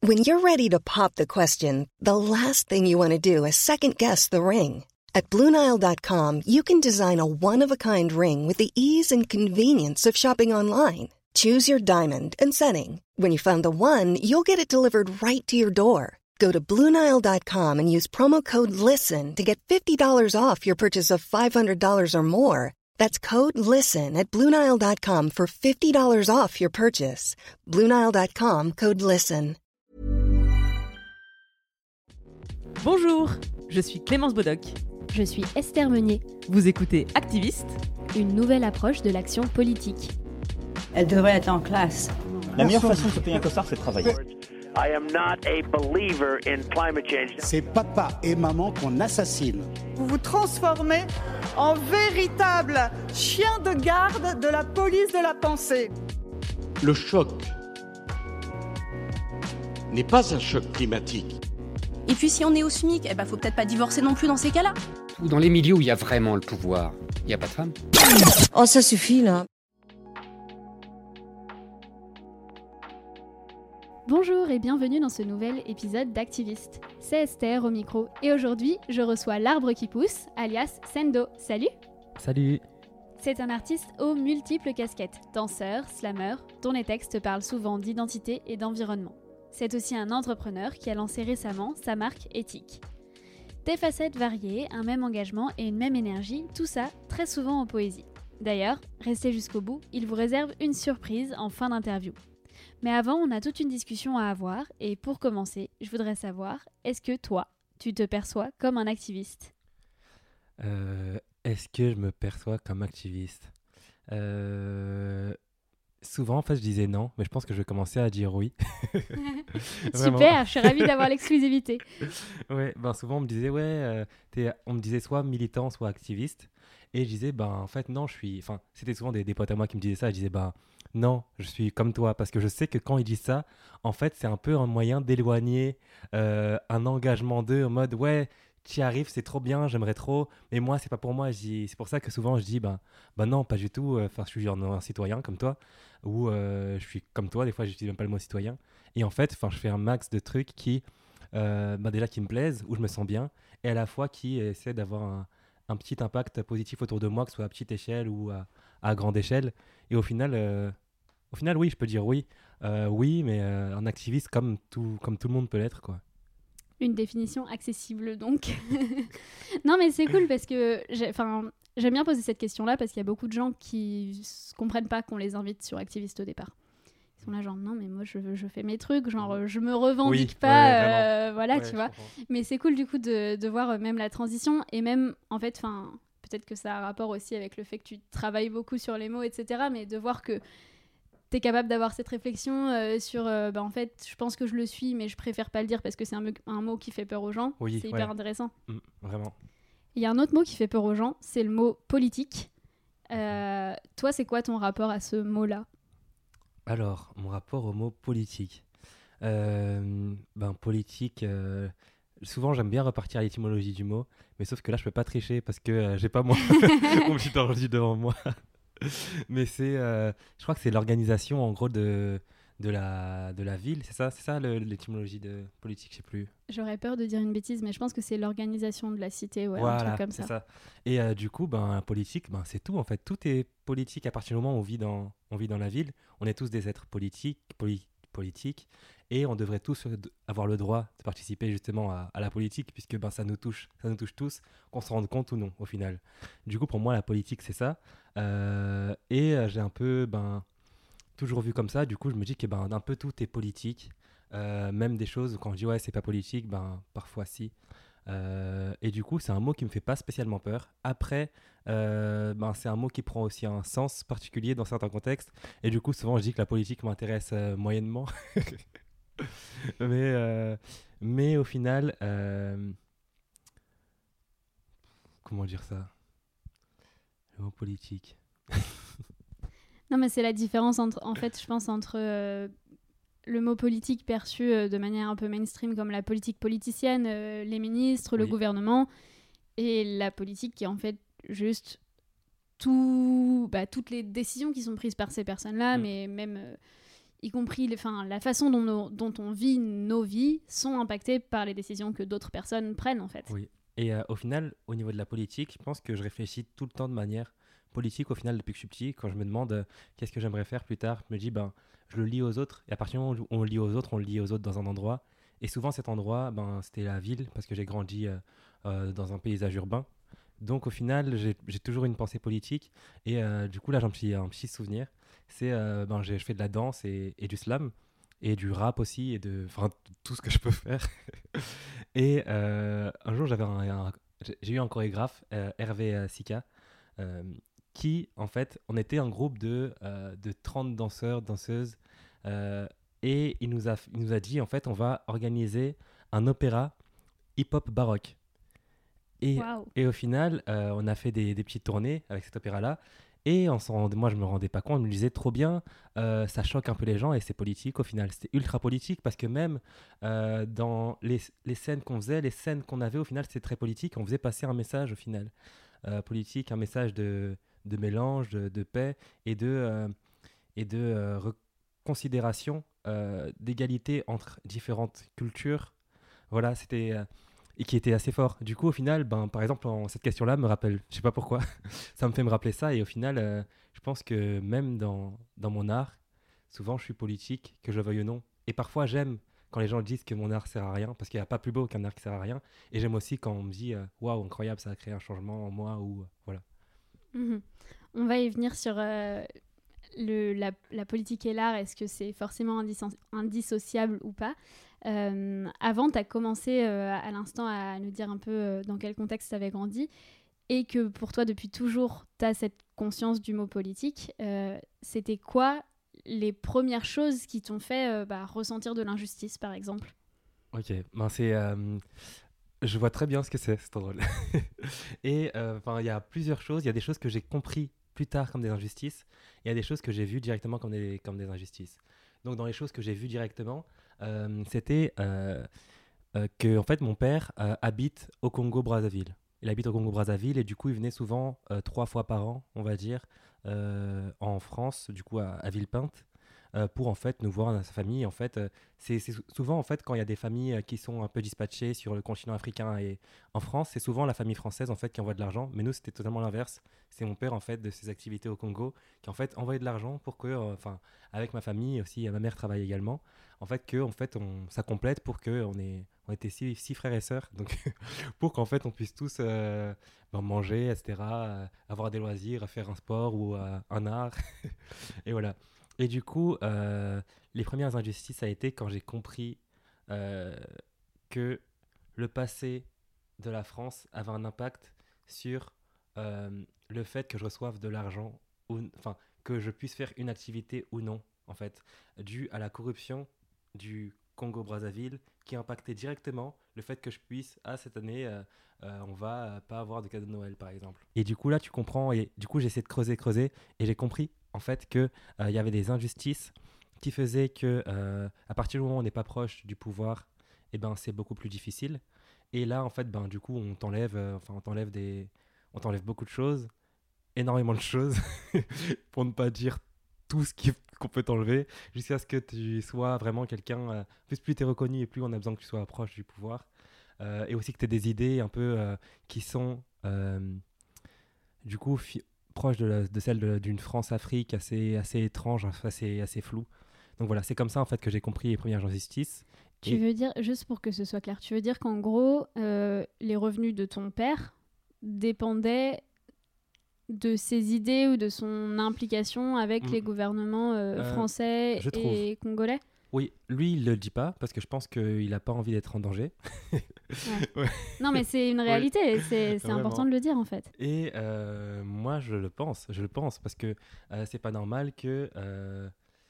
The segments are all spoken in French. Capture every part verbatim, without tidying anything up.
When you're ready to pop the question, the last thing you want to do is second-guess the ring. At Blue Nile dot com, you can design a one-of-a-kind ring with the ease and convenience of shopping online. Choose your diamond and setting. When you find the one, you'll get it delivered right to your door. Go to Blue Nile dot com and use promo code LISTEN to get fifty dollars off your purchase of five hundred dollars or more. That's code LISTEN at Blue Nile dot com for fifty dollars off your purchase. Blue Nile dot com, code LISTEN. Bonjour, je suis Clémence Bodoc. Je suis Esther Meunier. Vous écoutez Activiste, une nouvelle approche de l'action politique. Elle devrait être en classe. La meilleure façon de se payer un costard, c'est de travailler. I am not a believer in climate change. C'est papa et maman qu'on assassine. Vous vous transformez en véritable chien de garde de la police de la pensée. Le choc n'est pas un choc climatique. Et puis si on est au SMIC, eh ben faut peut-être pas divorcer non plus dans ces cas-là. Dans les milieux où il y a vraiment le pouvoir, il n'y a pas de femmes. Oh, ça suffit là. Bonjour et bienvenue dans ce nouvel épisode d'Activiste. C'est Esther au micro et aujourd'hui, je reçois l'arbre qui pousse, alias Sendo. Salut. Salut. C'est un artiste aux multiples casquettes, danseur, slammer, dont les textes parlent souvent d'identité et d'environnement. C'est aussi un entrepreneur qui a lancé récemment sa marque Éthique. Des facettes variées, un même engagement et une même énergie, tout ça très souvent en poésie. D'ailleurs, restez jusqu'au bout, il vous réserve une surprise en fin d'interview. Mais avant, on a toute une discussion à avoir et pour commencer, je voudrais savoir, est-ce que toi, tu te perçois comme un activiste ? euh, Est-ce que je me perçois comme activiste ? euh... Souvent, en fait, je disais non, mais je pense que je vais commencer à dire oui. Super, je suis ravie d'avoir l'exclusivité. Ouais, ben souvent on me disait ouais, euh, t'es... on me disait soit militant, soit activiste, et je disais ben en fait non, je suis, enfin c'était souvent des, des potes à moi qui me disaient ça, je disais ben non, je suis comme toi, parce que je sais que quand ils disent ça, en fait c'est un peu un moyen d'éloigner euh, un engagement d'eux en mode ouais. Tu y arrives, c'est trop bien, j'aimerais trop, mais moi, c'est pas pour moi. Je dis, c'est pour ça que souvent, je dis, ben, ben non, pas du tout. Enfin, je suis un, un citoyen comme toi, ou euh, je suis comme toi. Des fois, je n'utilise même pas le mot citoyen. Et en fait, enfin, je fais un max de trucs qui, euh, ben déjà, qui me plaisent, où je me sens bien, et à la fois qui essaient d'avoir un, un petit impact positif autour de moi, que ce soit à petite échelle ou à, à grande échelle. Et au final, euh, au final, oui, je peux dire oui, euh, oui, mais euh, un activiste comme tout, comme tout le monde peut l'être, quoi. Une définition accessible, donc. Non, mais c'est cool parce que j'ai, j'aime bien poser cette question-là parce qu'il y a beaucoup de gens qui ne comprennent pas qu'on les invite sur Activiste au départ. Ils sont là genre, non, mais moi, je, je fais mes trucs, genre, je me revendique oui, pas, ouais, euh, voilà, ouais, tu vois. Mais c'est cool, du coup, de, de voir même la transition et même, en fait, enfin, peut-être que ça a un rapport aussi avec le fait que tu travailles beaucoup sur les mots, et cetera, mais de voir que t'es capable d'avoir cette réflexion euh, sur euh, bah en fait je pense que je le suis mais je préfère pas le dire parce que c'est un, me- un mot qui fait peur aux gens. Oui, c'est ouais. hyper intéressant. Mmh, vraiment. Il y a un autre mot qui fait peur aux gens, c'est le mot politique. Euh, toi, c'est quoi ton rapport à ce mot-là ? Alors, mon rapport au mot politique. Euh, ben, politique, euh, souvent j'aime bien repartir à l'étymologie du mot, mais sauf que là je peux pas tricher parce que euh, j'ai pas mon, mon petit ordi devant moi. Mais c'est, euh, je crois que c'est l'organisation en gros de, de, la, de la ville, c'est ça, c'est ça le, l'étymologie de politique, je sais plus. J'aurais peur de dire une bêtise, mais je pense que c'est l'organisation de la cité, ouais, voilà, un truc comme c'est ça. ça. Et euh, du coup, ben, politique, ben, c'est tout en fait. Tout est politique à partir du moment où on vit dans, on vit dans la ville. On est tous des êtres politiques, poli- politiques et on devrait tous avoir le droit de participer justement à, à la politique puisque ben, ça nous touche, ça nous touche tous, qu'on se rende compte ou non au final. Du coup, pour moi, la politique, c'est ça. Euh, et euh, j'ai un peu ben, toujours vu comme ça. Du coup, je me dis que ben, un peu tout est politique. Euh, même des choses, quand je dis ouais, c'est pas politique, ben, parfois si. Euh, et du coup, c'est un mot qui me fait pas spécialement peur. Après, euh, ben, c'est un mot qui prend aussi un sens particulier dans certains contextes. Et du coup, souvent, je dis que la politique m'intéresse euh, moyennement. mais, euh, mais au final, euh, comment dire ça ? Le mot politique. Non, mais c'est la différence entre, en fait, je pense, entre euh, le mot politique perçu euh, de manière un peu mainstream comme la politique politicienne, euh, les ministres, le oui. gouvernement, et la politique qui est en fait juste tout, bah, toutes les décisions qui sont prises par ces personnes-là, mmh. mais même euh, y compris les, enfin, la façon dont, nos, dont on vit nos vies, sont impactées par les décisions que d'autres personnes prennent, en fait. Oui. Et euh, au final, au niveau de la politique, je pense que je réfléchis tout le temps de manière politique, au final, depuis que je suis petit. Quand je me demande euh, qu'est-ce que j'aimerais faire plus tard, je me dis, ben, je le lis aux autres. Et à partir du moment où on le lit aux autres, on le lit aux autres dans un endroit. Et souvent, cet endroit, ben, c'était la ville, parce que j'ai grandi euh, euh, dans un paysage urbain. Donc, au final, j'ai, j'ai toujours une pensée politique. Et euh, du coup, là, j'ai un petit, un petit souvenir. C'est, euh, ben, j'ai, je fais de la danse et, et du slam. Et du rap aussi, et de, enfin, tout ce que je peux faire. Et euh, un jour, j'avais un, un, j'ai eu un chorégraphe, euh, Hervé Sika, euh, qui, en fait, on était un groupe de, euh, de trente danseurs, danseuses, euh, et il nous, a, il nous a dit, en fait, on va organiser un opéra hip-hop baroque. Et, wow. et au final, euh, on a fait des, des petites tournées avec cet opéra-là. Et on s'en rendait, moi, je me rendais pas compte. Je me disais trop bien, euh, ça choque un peu les gens et c'est politique au final. C'était ultra politique parce que même euh, dans les, les scènes qu'on faisait, les scènes qu'on avait au final, c'était très politique. On faisait passer un message au final euh, politique, un message de, de mélange, de, de paix et de, euh, et de euh, reconsidération, euh, d'égalité entre différentes cultures. Voilà, c'était. Euh, et qui était assez fort. Du coup, au final, ben, par exemple, en, cette question-là me rappelle, je sais pas pourquoi, ça me fait me rappeler ça. Et au final, euh, je pense que même dans, dans mon art, souvent, je suis politique, que je le veuille ou non. Et parfois, j'aime quand les gens disent que mon art sert à rien, parce qu'il n'y a pas plus beau qu'un art qui sert à rien. Et j'aime aussi quand on me dit, waouh, wow, incroyable, ça a créé un changement en moi, ou euh, voilà. Mmh. On va y venir sur euh, le, la, la politique et l'art. Est-ce que c'est forcément indisso- indissociable ou pas? Euh, avant, tu as commencé euh, à l'instant à nous dire un peu euh, dans quel contexte tu avais grandi et que pour toi, depuis toujours, tu as cette conscience du mot politique. Euh, c'était quoi les premières choses qui t'ont fait euh, bah, ressentir de l'injustice, par exemple? Ok, ben c'est... Euh... Je vois très bien ce que c'est, c'est drôle. Et euh, il y a plusieurs choses. Il y a des choses que j'ai compris plus tard comme des injustices. Et il y a des choses que j'ai vues directement comme des, comme des injustices. Donc, dans les choses que j'ai vues directement, euh, c'était euh, euh, que en fait, mon père euh, habite au Congo-Brazzaville. Il habite au Congo-Brazzaville et du coup, il venait souvent euh, trois fois par an, on va dire, euh, en France, du coup, à, à Villepinte. Euh, pour en fait nous voir dans sa famille. En fait, euh, c'est, c'est souvent en fait quand il y a des familles euh, qui sont un peu dispatchées sur le continent africain et en France, c'est souvent la famille française en fait qui envoie de l'argent. Mais nous, c'était totalement l'inverse. C'est mon père en fait de ses activités au Congo qui en fait envoyait de l'argent pour que, enfin, euh, avec ma famille aussi, ma mère travaille également. En fait, que en fait on ça complète pour que on est on était six, six frères et sœurs, donc pour qu'en fait on puisse tous euh, ben, manger, et cetera, euh, avoir des loisirs, faire un sport ou euh, un art, et voilà. Et du coup, euh, les premières injustices, ça a été quand j'ai compris euh, que le passé de la France avait un impact sur euh, le fait que je reçoive de l'argent, ou, enfin, que je puisse faire une activité ou non, en fait, dû à la corruption du Congo-Brazzaville, qui impactait directement le fait que je puisse, ah, cette année, euh, euh, on va euh, pas avoir de cadeau de Noël, par exemple. Et du coup, là, tu comprends, et du coup, j'ai essayé de creuser, creuser, et j'ai compris en fait qu'il euh, y avait des injustices qui faisaient que euh, à partir du moment où on n'est pas proche du pouvoir, eh ben, c'est beaucoup plus difficile. Et là, en fait, ben, du coup, on t'enlève, euh, enfin, on t'enlève des, on t'enlève beaucoup de choses, énormément de choses, pour ne pas dire tout ce qui, qu'on peut t'enlever, jusqu'à ce que tu sois vraiment quelqu'un. Euh, plus plus tu es reconnu et plus on a besoin que tu sois proche du pouvoir. Euh, et aussi que tu aies des idées un peu euh, qui sont, euh, du coup, fi- proche de, la, de celle de, d'une France-Afrique assez, assez étrange, assez, assez floue. Donc voilà, c'est comme ça en fait que j'ai compris les premières injustices. Tu Et... veux dire, juste pour que ce soit clair, tu veux dire qu'en gros, euh, les revenus de ton père dépendaient de ses idées ou de son implication avec mmh. les gouvernements euh, euh, français et congolais? Oui, lui, il ne le dit pas parce que je pense qu'il n'a pas envie d'être en danger. Ouais. Ouais. Non, mais c'est une réalité, ouais. c'est, c'est important de le dire en fait. Et euh, moi, je le pense, je le pense parce que euh, c'est pas normal que euh,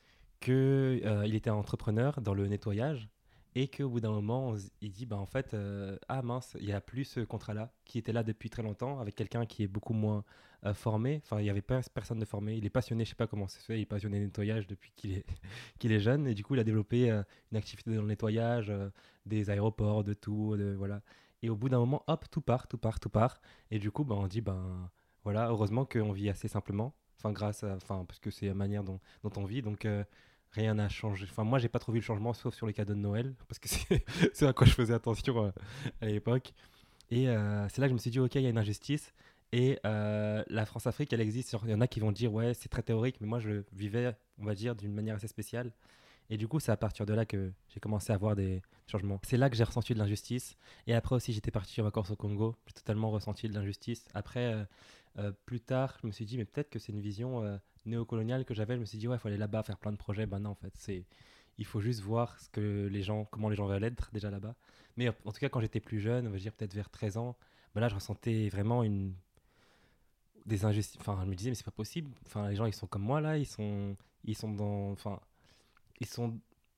que euh, il était entrepreneur dans le nettoyage et qu'au bout d'un moment, il dit bah en fait euh, ah mince, il y a plus ce contrat-là qui était là depuis très longtemps avec quelqu'un qui est beaucoup moins euh, formé. Enfin, il y avait pas personne de formé. Il est passionné, je sais pas comment c'est fait. Il est passionné de nettoyage depuis qu'il est qu'il est jeune et du coup, il a développé euh, une activité dans le nettoyage, euh, des aéroports, de tout, de, voilà. Et au bout d'un moment, hop, tout part, tout part, tout part. Et du coup, bah, on dit ben voilà, heureusement qu'on vit assez simplement. Enfin, grâce à, enfin, parce que c'est la manière dont, dont on vit. Donc, euh, rien n'a changé. Enfin, moi, j'ai pas trop vu le changement, sauf sur les cadeaux de Noël, parce que c'est, c'est à quoi je faisais attention euh, à l'époque. Et euh, c'est là que je me suis dit, ok, il y a une injustice. Et euh, la France-Afrique, elle existe. Il y en a qui vont dire, ouais, c'est très théorique, mais moi, je le vivais, on va dire, d'une manière assez spéciale. Et du coup, c'est à partir de là que j'ai commencé à voir des changements. C'est là que j'ai ressenti de l'injustice. Et après aussi, j'étais parti en vacances au Congo. J'ai totalement ressenti de l'injustice. Après, euh, euh, plus tard, je me suis dit, mais peut-être que c'est une vision euh, néocoloniale que j'avais. Je me suis dit, ouais, il faut aller là-bas, faire plein de projets. Ben non, en fait, c'est... il faut juste voir ce que les gens, comment les gens veulent être déjà là-bas. Mais en tout cas, quand j'étais plus jeune, on va dire peut-être vers treize ans, ben là, je ressentais vraiment une... des injustices. Enfin, je me disais, mais c'est pas possible. Enfin, les gens, ils sont comme moi, là. Ils sont, ils sont dans... Enfin, ils sont...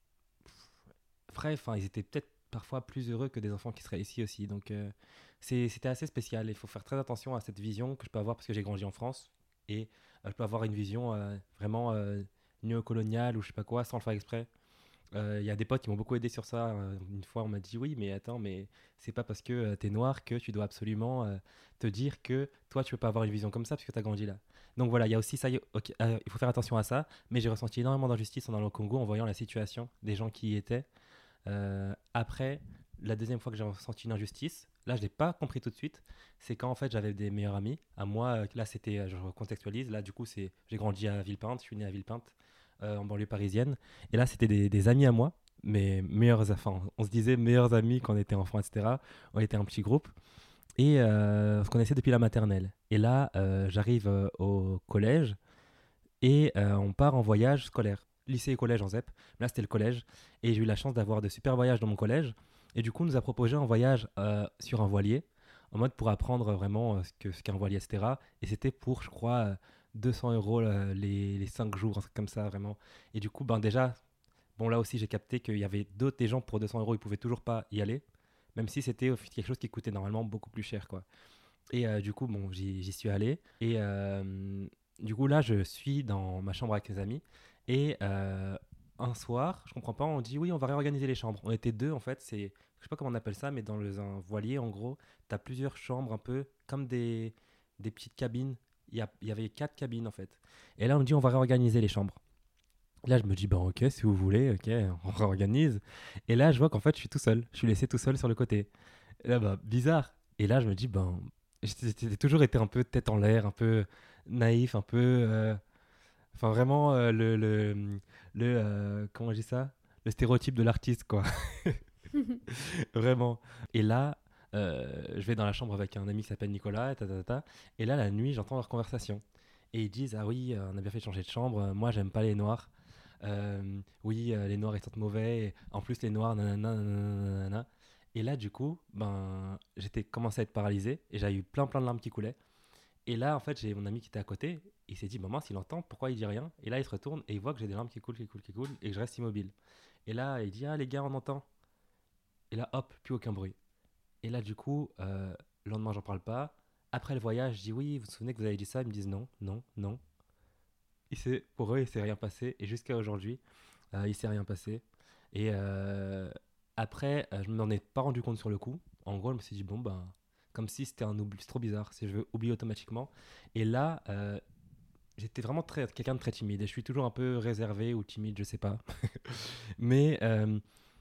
Bref, enfin, ils étaient peut-être parfois plus heureux que des enfants qui seraient ici aussi. Donc, euh, c'est, c'était assez spécial. Il faut faire très attention à cette vision que je peux avoir parce que j'ai grandi en France. Et euh, je peux avoir une vision euh, vraiment euh, néocoloniale ou je sais pas quoi, sans le faire exprès. Il euh, y a des potes qui m'ont beaucoup aidé sur ça. Euh, une fois, on m'a dit, oui, mais attends, mais c'est pas parce que euh, t'es noir que tu dois absolument euh, te dire que toi, tu peux pas avoir une vision comme ça parce que t'as grandi là. Donc voilà, il y a aussi ça, y- ok, euh, il faut faire attention à ça. Mais j'ai ressenti énormément d'injustice en allant au Congo en voyant la situation des gens qui y étaient. Euh, après, la deuxième fois que j'ai ressenti une injustice, là je l'ai pas compris tout de suite, c'est quand en fait j'avais des meilleurs amis. À moi, euh, là c'était, euh, je recontextualise, là du coup c'est, j'ai grandi à Villepinte, je suis né à Villepinte, euh, en banlieue parisienne. Et là c'était des, des amis à moi, mes meilleurs, enfin on se disait meilleurs amis quand on était enfant, et cetera. On était un petit groupe et euh, on se connaissait depuis la maternelle. Et là euh, j'arrive euh, au collège et euh, on part en voyage scolaire. Lycée et collège en Z E P. Là, c'était le collège. Et j'ai eu la chance d'avoir de super voyages dans mon collège. Et du coup, on nous a proposé un voyage euh, sur un voilier, en mode pour apprendre vraiment euh, ce, que, ce qu'est un voilier, et cetera. Et c'était pour, je crois, euh, deux cents euros euh, les, les cinq jours, un truc comme ça, vraiment. Et du coup, ben déjà, bon, là aussi, j'ai capté qu'il y avait d'autres des gens pour deux cents euros, ils pouvaient toujours pas y aller, même si c'était euh, quelque chose qui coûtait normalement beaucoup plus cher, quoi. Et euh, du coup, bon, j'y, j'y suis allé. Et euh, du coup, là, je suis dans ma chambre avec mes amis. Et euh, un soir, je comprends pas, on dit oui, on va réorganiser les chambres. On était deux, en fait. C'est, je sais pas comment on appelle ça, mais dans le, un voilier, en gros, tu as plusieurs chambres, un peu comme des, des petites cabines. Il y, a, il y avait quatre cabines, en fait. Et là, on me dit on va réorganiser les chambres. Là, je me dis, ben ok, si vous voulez, ok, on réorganise. Et là, je vois qu'en fait, je suis tout seul. Je suis laissé tout seul sur le côté. Et là, bah, bizarre. Et là, je me dis, ben, j'ai j'ai toujours été un peu tête en l'air, un peu naïf, un peu. euh, Enfin, vraiment, euh, le. le, le euh, comment je dis ça? Le stéréotype de l'artiste, quoi. Vraiment. Et là, euh, je vais dans la chambre avec un ami qui s'appelle Nicolas, et, ta, ta, ta, ta. Et là, la nuit, j'entends leur conversation. Et ils disent, ah oui, euh, on a bien fait de changer de chambre. euh, Moi, j'aime pas les noirs. Euh, oui, euh, les noirs, ils sentent mauvais. Et en plus, les noirs, nanana, nanana, nanana. Et là, du coup, ben, j'étais commencé à être paralysé. Et j'avais eu plein, plein de larmes qui coulaient. Et là, en fait, j'ai mon ami qui était à côté. Il s'est dit, maman, s'il entend, pourquoi il dit rien? Et là, il se retourne et il voit que j'ai des larmes qui coulent, qui coulent, qui coulent. Et que je reste immobile. Et là, il dit, ah, les gars, on entend. Et là, hop, plus aucun bruit. Et là, du coup, euh, le lendemain, j'en parle pas. Après le voyage, je dis, oui, vous vous souvenez que vous avez dit ça? Ils me disent, non, non, non. Il s'est, pour eux, il s'est rien passé. Et jusqu'à aujourd'hui, euh, il s'est rien passé. Et euh, après, euh, je ne m'en ai pas rendu compte sur le coup. En gros, je me suis dit, bon, ben, comme si c'était un oubli. C'est trop bizarre. Si je veux oublier automatiquement. Et là, euh, j'étais vraiment très, quelqu'un de très timide. Et je suis toujours un peu réservé ou timide, je sais pas. Mais euh,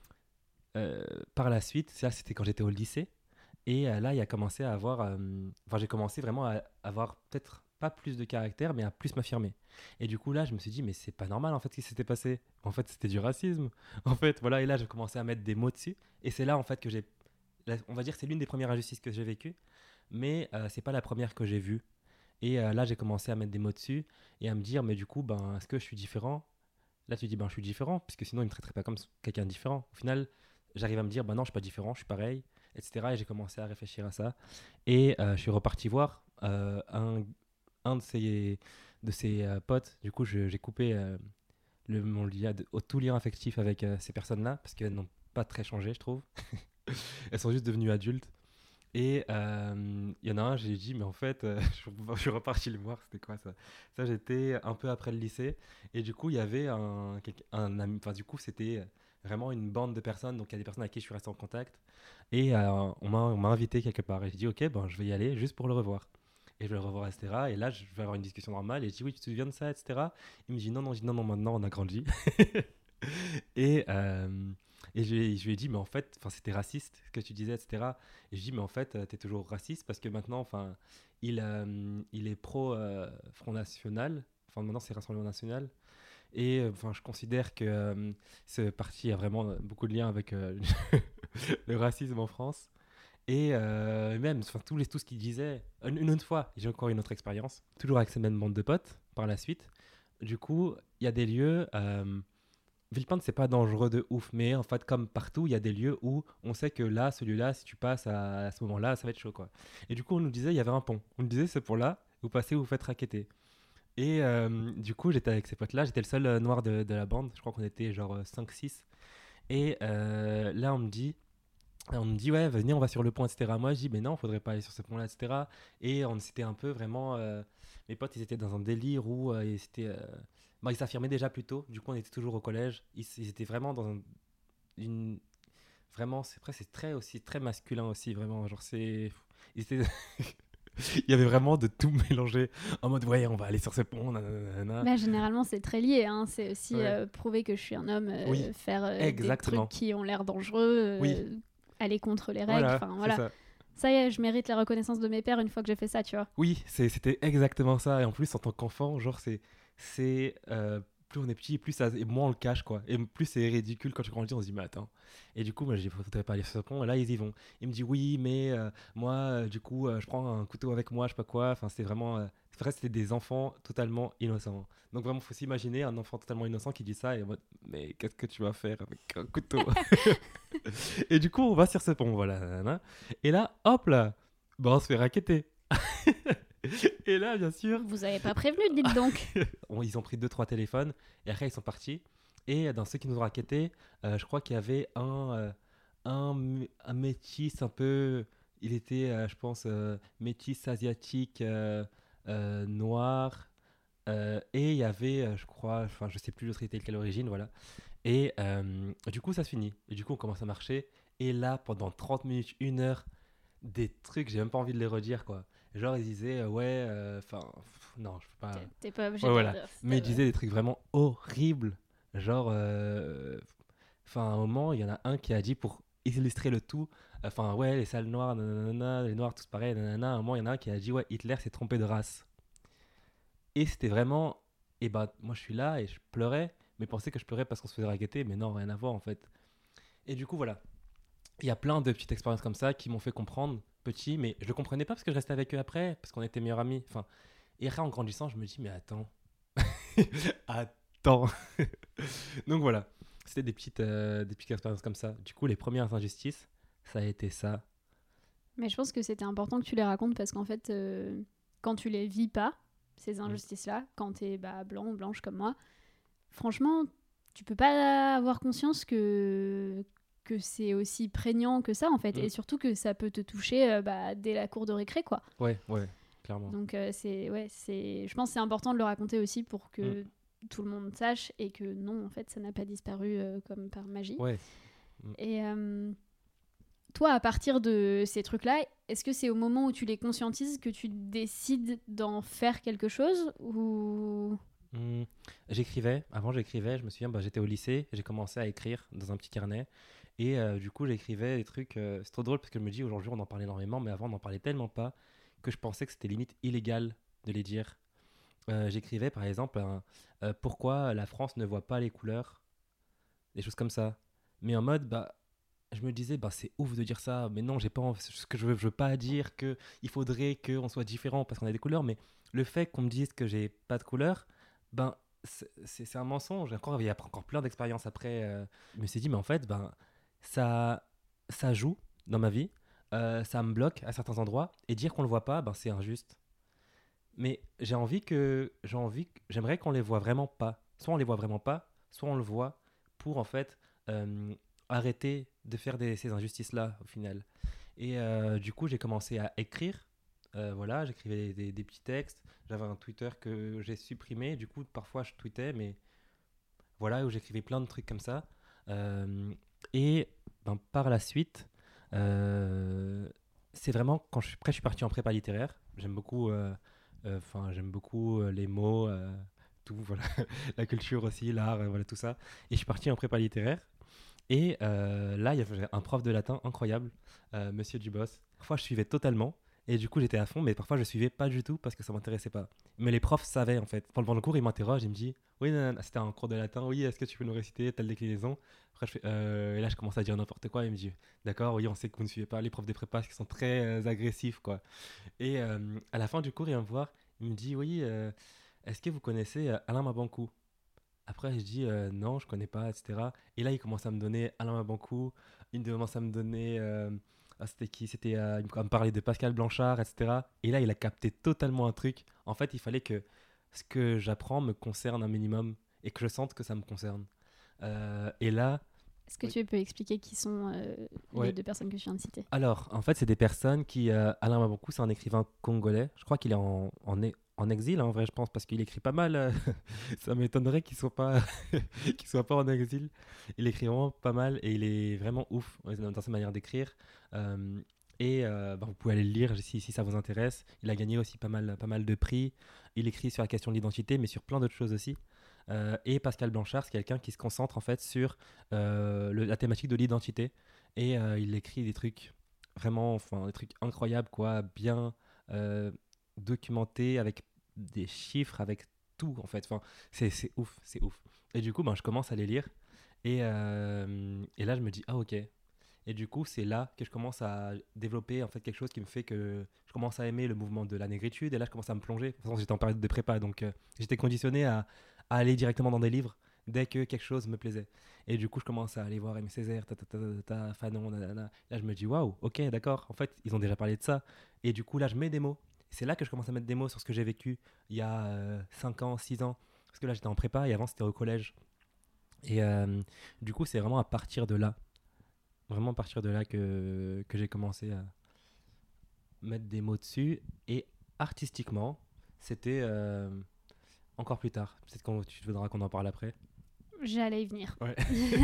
euh, par la suite, ça, c'était quand j'étais au lycée. Et euh, là, il a commencé à avoir. euh, Enfin, j'ai commencé vraiment à avoir peut-être pas plus de caractère, mais à plus m'affirmer. Et du coup, là, je me suis dit, mais c'est pas normal en fait ce qui s'était passé. En fait, c'était du racisme. En fait, voilà. Et là, j'ai commencé à mettre des mots dessus. Et c'est là en fait que j'ai. là, On va dire que c'est l'une des premières injustices que j'ai vécues, mais euh, c'est pas la première que j'ai vue. Et euh, là, j'ai commencé à mettre des mots dessus et à me dire, mais du coup, ben, est-ce que je suis différent? Là, tu dis, ben, je suis différent, puisque sinon, il me traiterait pas comme quelqu'un de différent. Au final, j'arrive à me dire, ben non, je suis pas différent, je suis pareil, et cetera. Et j'ai commencé à réfléchir à ça. Et euh, je suis reparti voir euh, un, un de ses, de ses euh, potes. Du coup, je- j'ai coupé euh, le, mon lien, de- tout lien affectif avec euh, ces personnes-là, parce qu'elles n'ont pas très changé, je trouve. Elles sont juste devenues adultes. Et euh, il y en a un, j'ai dit, mais en fait, euh, je, je suis reparti le voir, c'était quoi ça? Ça, j'étais un peu après le lycée. Et du coup, il y avait un, quelqu'un- un ami, enfin, du coup, c'était vraiment une bande de personnes. Donc, il y a des personnes avec qui je suis resté en contact. Et euh, on m'a on m'a invité quelque part. Et j'ai dit, ok, ben, je vais y aller juste pour le revoir. Et je vais le revoir, et cetera. Et là, je vais avoir une discussion normale. Et je dis, oui, tu te souviens de ça, et cetera. Il me dit, non, non, je dis, non, non, maintenant, on a grandi. et, euh, et je, je lui ai dit, mais en fait, c'était raciste, ce que tu disais, et cetera. Et je dis, mais en fait, tu es toujours raciste parce que maintenant, il, euh, il est pro-Front euh, National. Enfin, maintenant, c'est Rassemblement National. Et enfin, je considère que euh, ce parti a vraiment beaucoup de liens avec euh, le racisme en France. Et euh, même, enfin, tout, les, tout ce qu'il disait, une, une autre fois, j'ai encore une autre expérience, toujours avec ces mêmes bandes de potes, par la suite. Du coup, il y a des lieux, euh, Villepinte, c'est pas dangereux de ouf, mais en fait, comme partout, il y a des lieux où on sait que là, celui-là, si tu passes à, à ce moment-là, ça va être chaud, quoi. Et du coup, on nous disait, il y avait un pont. On nous disait, ce pont-là, vous passez, vous faites raqueter. Et euh, du coup, j'étais avec ces potes-là, j'étais le seul euh, noir de, de la bande, je crois qu'on était genre euh, cinq six. Et euh, là, on me dit, on me dit, ouais, venez, on va sur le pont, et cetera. Moi, je dis, mais non, faudrait pas aller sur ce pont-là, et cetera. Et on s'était un peu vraiment, euh, mes potes, ils étaient dans un délire où euh, ils, étaient, euh, bah, ils s'affirmaient déjà plus tôt. Du coup, on était toujours au collège. Ils, ils étaient vraiment dans un, une, vraiment, c'est presque, c'est très aussi, très masculin aussi, vraiment. Genre, c'est, ils étaient. Il y avait vraiment de tout mélanger en mode ouais on va aller sur ce pont nanana. Bah, généralement c'est très lié hein. C'est aussi ouais. euh, prouver que je suis un homme euh, oui, faire euh, des trucs qui ont l'air dangereux euh, oui. aller contre les règles voilà, enfin, voilà. Ça. ça y est je mérite la reconnaissance de mes pairs une fois que j'ai fait ça tu vois. Oui c'est, c'était exactement ça et en plus en tant qu'enfant genre c'est, c'est euh, plus on est petit plus ça, et moins on le cache quoi et plus c'est ridicule quand tu grandis on se dit mais attends et du coup moi je dis faudrait pas aller sur ce pont et là ils y vont il me dit oui mais euh, moi euh, du coup euh, je prends un couteau avec moi je sais pas quoi enfin c'était vraiment euh, c'est vrai c'était des enfants totalement innocents donc vraiment faut s'imaginer un enfant totalement innocent qui dit ça et en mode mais qu'est-ce que tu vas faire avec un couteau et du coup on va sur ce pont voilà et là hop là bah on se fait raqueter. Et là, bien sûr... Vous avez pas prévenu, dites donc. Ils ont pris deux, trois téléphones, et après, ils sont partis. Et dans ceux qui nous ont raquettés, euh, je crois qu'il y avait un, euh, un, un métis un peu... Il était, euh, je pense, euh, métis asiatique, euh, euh, noir. Euh, et il y avait, euh, je crois, enfin, je sais plus l'autre était de quelle origine, voilà. Et euh, du coup, ça se finit. Et du coup, on commence à marcher. Et là, pendant trente minutes, une heure, des trucs, j'ai même pas envie de les redire, quoi. Genre, ils disaient, euh, ouais, enfin, euh, non, je peux pas. T'es, t'es pas obligé ouais, de voilà. dire. Mais ils disaient des trucs vraiment horribles. Genre, enfin, euh, à un moment, il y en a un qui a dit pour illustrer le tout, enfin, ouais, les salles noires, nanana, les noirs, tous pareils, nanana. À un moment, il y en a un qui a dit, ouais, Hitler s'est trompé de race. Et c'était vraiment, et ben, moi, je suis là et je pleurais, mais pensais que je pleurais parce qu'on se faisait raqueter, mais non, rien à voir, en fait. Et du coup, voilà. Il y a plein de petites expériences comme ça qui m'ont fait comprendre, petit, mais je le comprenais pas parce que je restais avec eux après, parce qu'on était meilleurs amis. Enfin, et après, en grandissant, je me dis, mais attends. attends. Donc voilà, c'était des petites, euh, des petites expériences comme ça. Du coup, les premières injustices, ça a été ça. Mais je pense que c'était important que tu les racontes parce qu'en fait, euh, quand tu les vis pas, ces injustices-là, mmh. quand t'es bah, blanc ou blanche comme moi, franchement, tu peux pas avoir conscience que... que c'est aussi prégnant que ça en fait mmh. et surtout que ça peut te toucher euh, bah, dès la cour de récré quoi. Ouais ouais clairement. Donc euh, c'est ouais c'est je pense que c'est important de le raconter aussi pour que mmh. tout le monde sache et que non en fait ça n'a pas disparu euh, comme par magie. Ouais. Mmh. Et euh, toi à partir de ces trucs là est-ce que c'est au moment où tu les conscientises que tu décides d'en faire quelque chose ou mmh. J'écrivais avant j'écrivais je me souviens bah, j'étais au lycée j'ai commencé à écrire dans un petit carnet. Et euh, du coup, j'écrivais des trucs... Euh, c'est trop drôle parce que je me dis, aujourd'hui, on en parlait énormément, mais avant, on n'en parlait tellement pas que je pensais que c'était limite illégal de les dire. Euh, j'écrivais, par exemple, un, euh, pourquoi la France ne voit pas les couleurs, des choses comme ça. Mais en mode, bah, je me disais, bah, c'est ouf de dire ça, mais non, j'ai pas envie, ce que je veux, je veux pas dire qu'il faudrait qu'on soit différent parce qu'on a des couleurs, mais le fait qu'on me dise que j'ai pas de couleurs, ben, c'est, c'est, c'est un mensonge. Encore, il y a encore plein d'expériences après. Euh, je me suis dit, mais en fait, ben... Ça, ça joue dans ma vie, euh, ça me bloque à certains endroits, et dire qu'on le voit pas, ben c'est injuste. Mais j'ai envie que, j'ai envie que, j'aimerais qu'on les voit vraiment pas. Soit on les voit vraiment pas, soit on le voit pour en fait euh, arrêter de faire des, ces injustices-là au final. Et euh, du coup, j'ai commencé à écrire. Euh, voilà, j'écrivais des, des, des petits textes. J'avais un Twitter que j'ai supprimé. Du coup, parfois je tweetais, mais voilà, où j'écrivais plein de trucs comme ça. Euh, Et ben, par la suite, euh, c'est vraiment quand je suis, après, je suis parti en prépa littéraire. J'aime beaucoup, enfin, euh, j'aime beaucoup euh, les mots, euh, tout, voilà, la culture aussi, l'art, euh, voilà, tout ça. Et je suis parti en prépa littéraire. Et euh, là, il y avait un prof de latin incroyable, euh, Monsieur Dubos. Parfois, je suivais totalement. Et du coup, j'étais à fond, mais parfois, je suivais pas du tout parce que ça m'intéressait pas. Mais les profs savaient, en fait. Pendant le cours, ils m'interrogent, ils me disent « Oui, nanana, c'était un cours de latin, oui, est-ce que tu peux nous réciter telle déclinaison ?» Après, je fais euh... Et là, je commence à dire n'importe quoi. Et il me dit « D'accord, oui, on sait que vous ne suivez pas les profs des prépas qui sont très euh, agressifs, quoi. » Et euh, à la fin du cours, il vient me voir, il me dit « Oui, euh, est-ce que vous connaissez euh, Alain Mabanckou ?» Après, je dis euh, non, je connais pas, et cetera. Et là, il commence à me donner Alain Mabanckou, il commence à me donner. Euh, ah, c'était qui C'était euh, il me parlait de Pascal Blanchard, et cetera. Et là, il a capté totalement un truc. En fait, il fallait que ce que j'apprends me concerne un minimum et que je sente que ça me concerne. Euh, et là. Est-ce que oui. tu peux expliquer qui sont euh, ouais. les deux personnes que tu viens de citer ? Alors, en fait, c'est des personnes qui. Euh, Alain Mabanckou, c'est un écrivain congolais. Je crois qu'il est en, en, en exil, hein, en vrai, je pense, parce qu'il écrit pas mal. Euh, ça m'étonnerait qu'il soit pas, qu'il soit pas en exil. Il écrit vraiment pas mal et il est vraiment ouf dans sa manière d'écrire. Euh, et euh, bah, vous pouvez aller le lire si, si ça vous intéresse. Il a gagné aussi pas mal, pas mal de prix. Il écrit sur la question de l'identité, mais sur plein d'autres choses aussi. Euh, et Pascal Blanchard, c'est quelqu'un qui se concentre en fait sur euh, le, la thématique de l'identité. Et euh, il écrit des trucs vraiment, enfin, des trucs incroyables, quoi, bien euh, documentés, avec des chiffres, avec tout, en fait. Enfin, c'est, c'est ouf, c'est ouf. Et du coup, ben, je commence à les lire. Et, euh, et là, je me dis, ah, ok. Et du coup, c'est là que je commence à développer en fait quelque chose qui me fait que je commence à aimer le mouvement de la négritude. Et là, je commence à me plonger. De toute façon, j'étais en période de prépa, donc euh, j'étais conditionné à, à aller directement dans des livres dès que quelque chose me plaisait. Et du coup, je commence à aller voir Aimé Césaire, ta, ta, ta, ta, ta, Fanon, nanana. Là, je me dis, waouh, ok, d'accord. En fait, ils ont déjà parlé de ça. Et du coup, là, je mets des mots. C'est là que je commence à mettre des mots sur ce que j'ai vécu il y a euh, cinq ans, six ans. Parce que là, j'étais en prépa et avant, c'était au collège. Et euh, du coup, c'est vraiment à partir de là, vraiment à partir de là que, que j'ai commencé à mettre des mots dessus. Et artistiquement, c'était euh, encore plus tard. Peut-être que tu voudras qu'on en parle après. J'allais y venir. Ouais.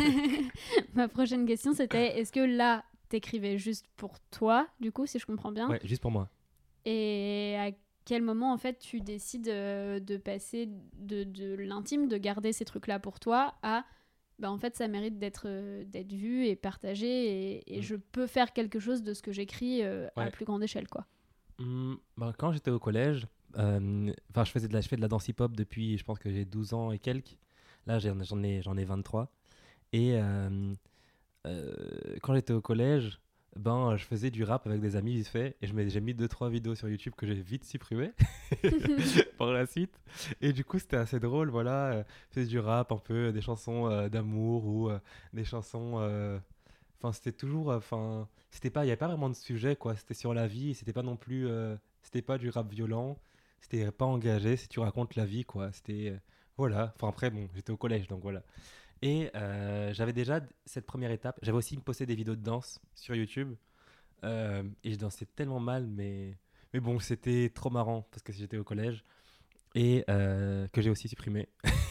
Ma prochaine question, c'était est-ce que là, t'écrivais juste pour toi, du coup, si je comprends bien ? Ouais, juste pour moi. Et à quel moment, en fait, tu décides euh, de passer de, de l'intime, de garder ces trucs-là pour toi, à, bah, en fait, ça mérite d'être, euh, d'être vu et partagé, et, et mmh. je peux faire quelque chose de ce que j'écris euh, ouais. à plus grande échelle, quoi. Mmh, bah, quand j'étais au collège, euh, je, faisais de la, je fais de la danse hip-hop depuis, je pense que j'ai douze ans et quelques. Là, j'en, j'en, ai, j'en ai vingt-trois. Et euh, euh, quand j'étais au collège, ben, je faisais du rap avec des amis vite fait. Et je mets, j'ai mis deux trois vidéos sur YouTube que j'ai vite supprimées par la suite. Et du coup, c'était assez drôle. Voilà, je faisais du rap un peu, des chansons euh, d'amour ou euh, des chansons... Enfin, euh, c'était toujours... Enfin, c'était pas... Il n'y avait pas vraiment de sujet, quoi. C'était sur la vie. C'était pas non plus... Euh, c'était pas du rap violent. C'était pas engagé. Si tu racontes la vie, quoi. C'était... Euh, voilà. Enfin, après, bon, j'étais au collège, donc voilà. Et euh, j'avais déjà cette première étape. J'avais aussi posté des vidéos de danse sur YouTube. Euh, et je dansais tellement mal, mais, mais bon, c'était trop marrant parce que j'étais au collège. Et euh, que j'ai aussi supprimé.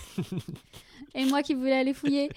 Et moi qui voulais aller fouiller.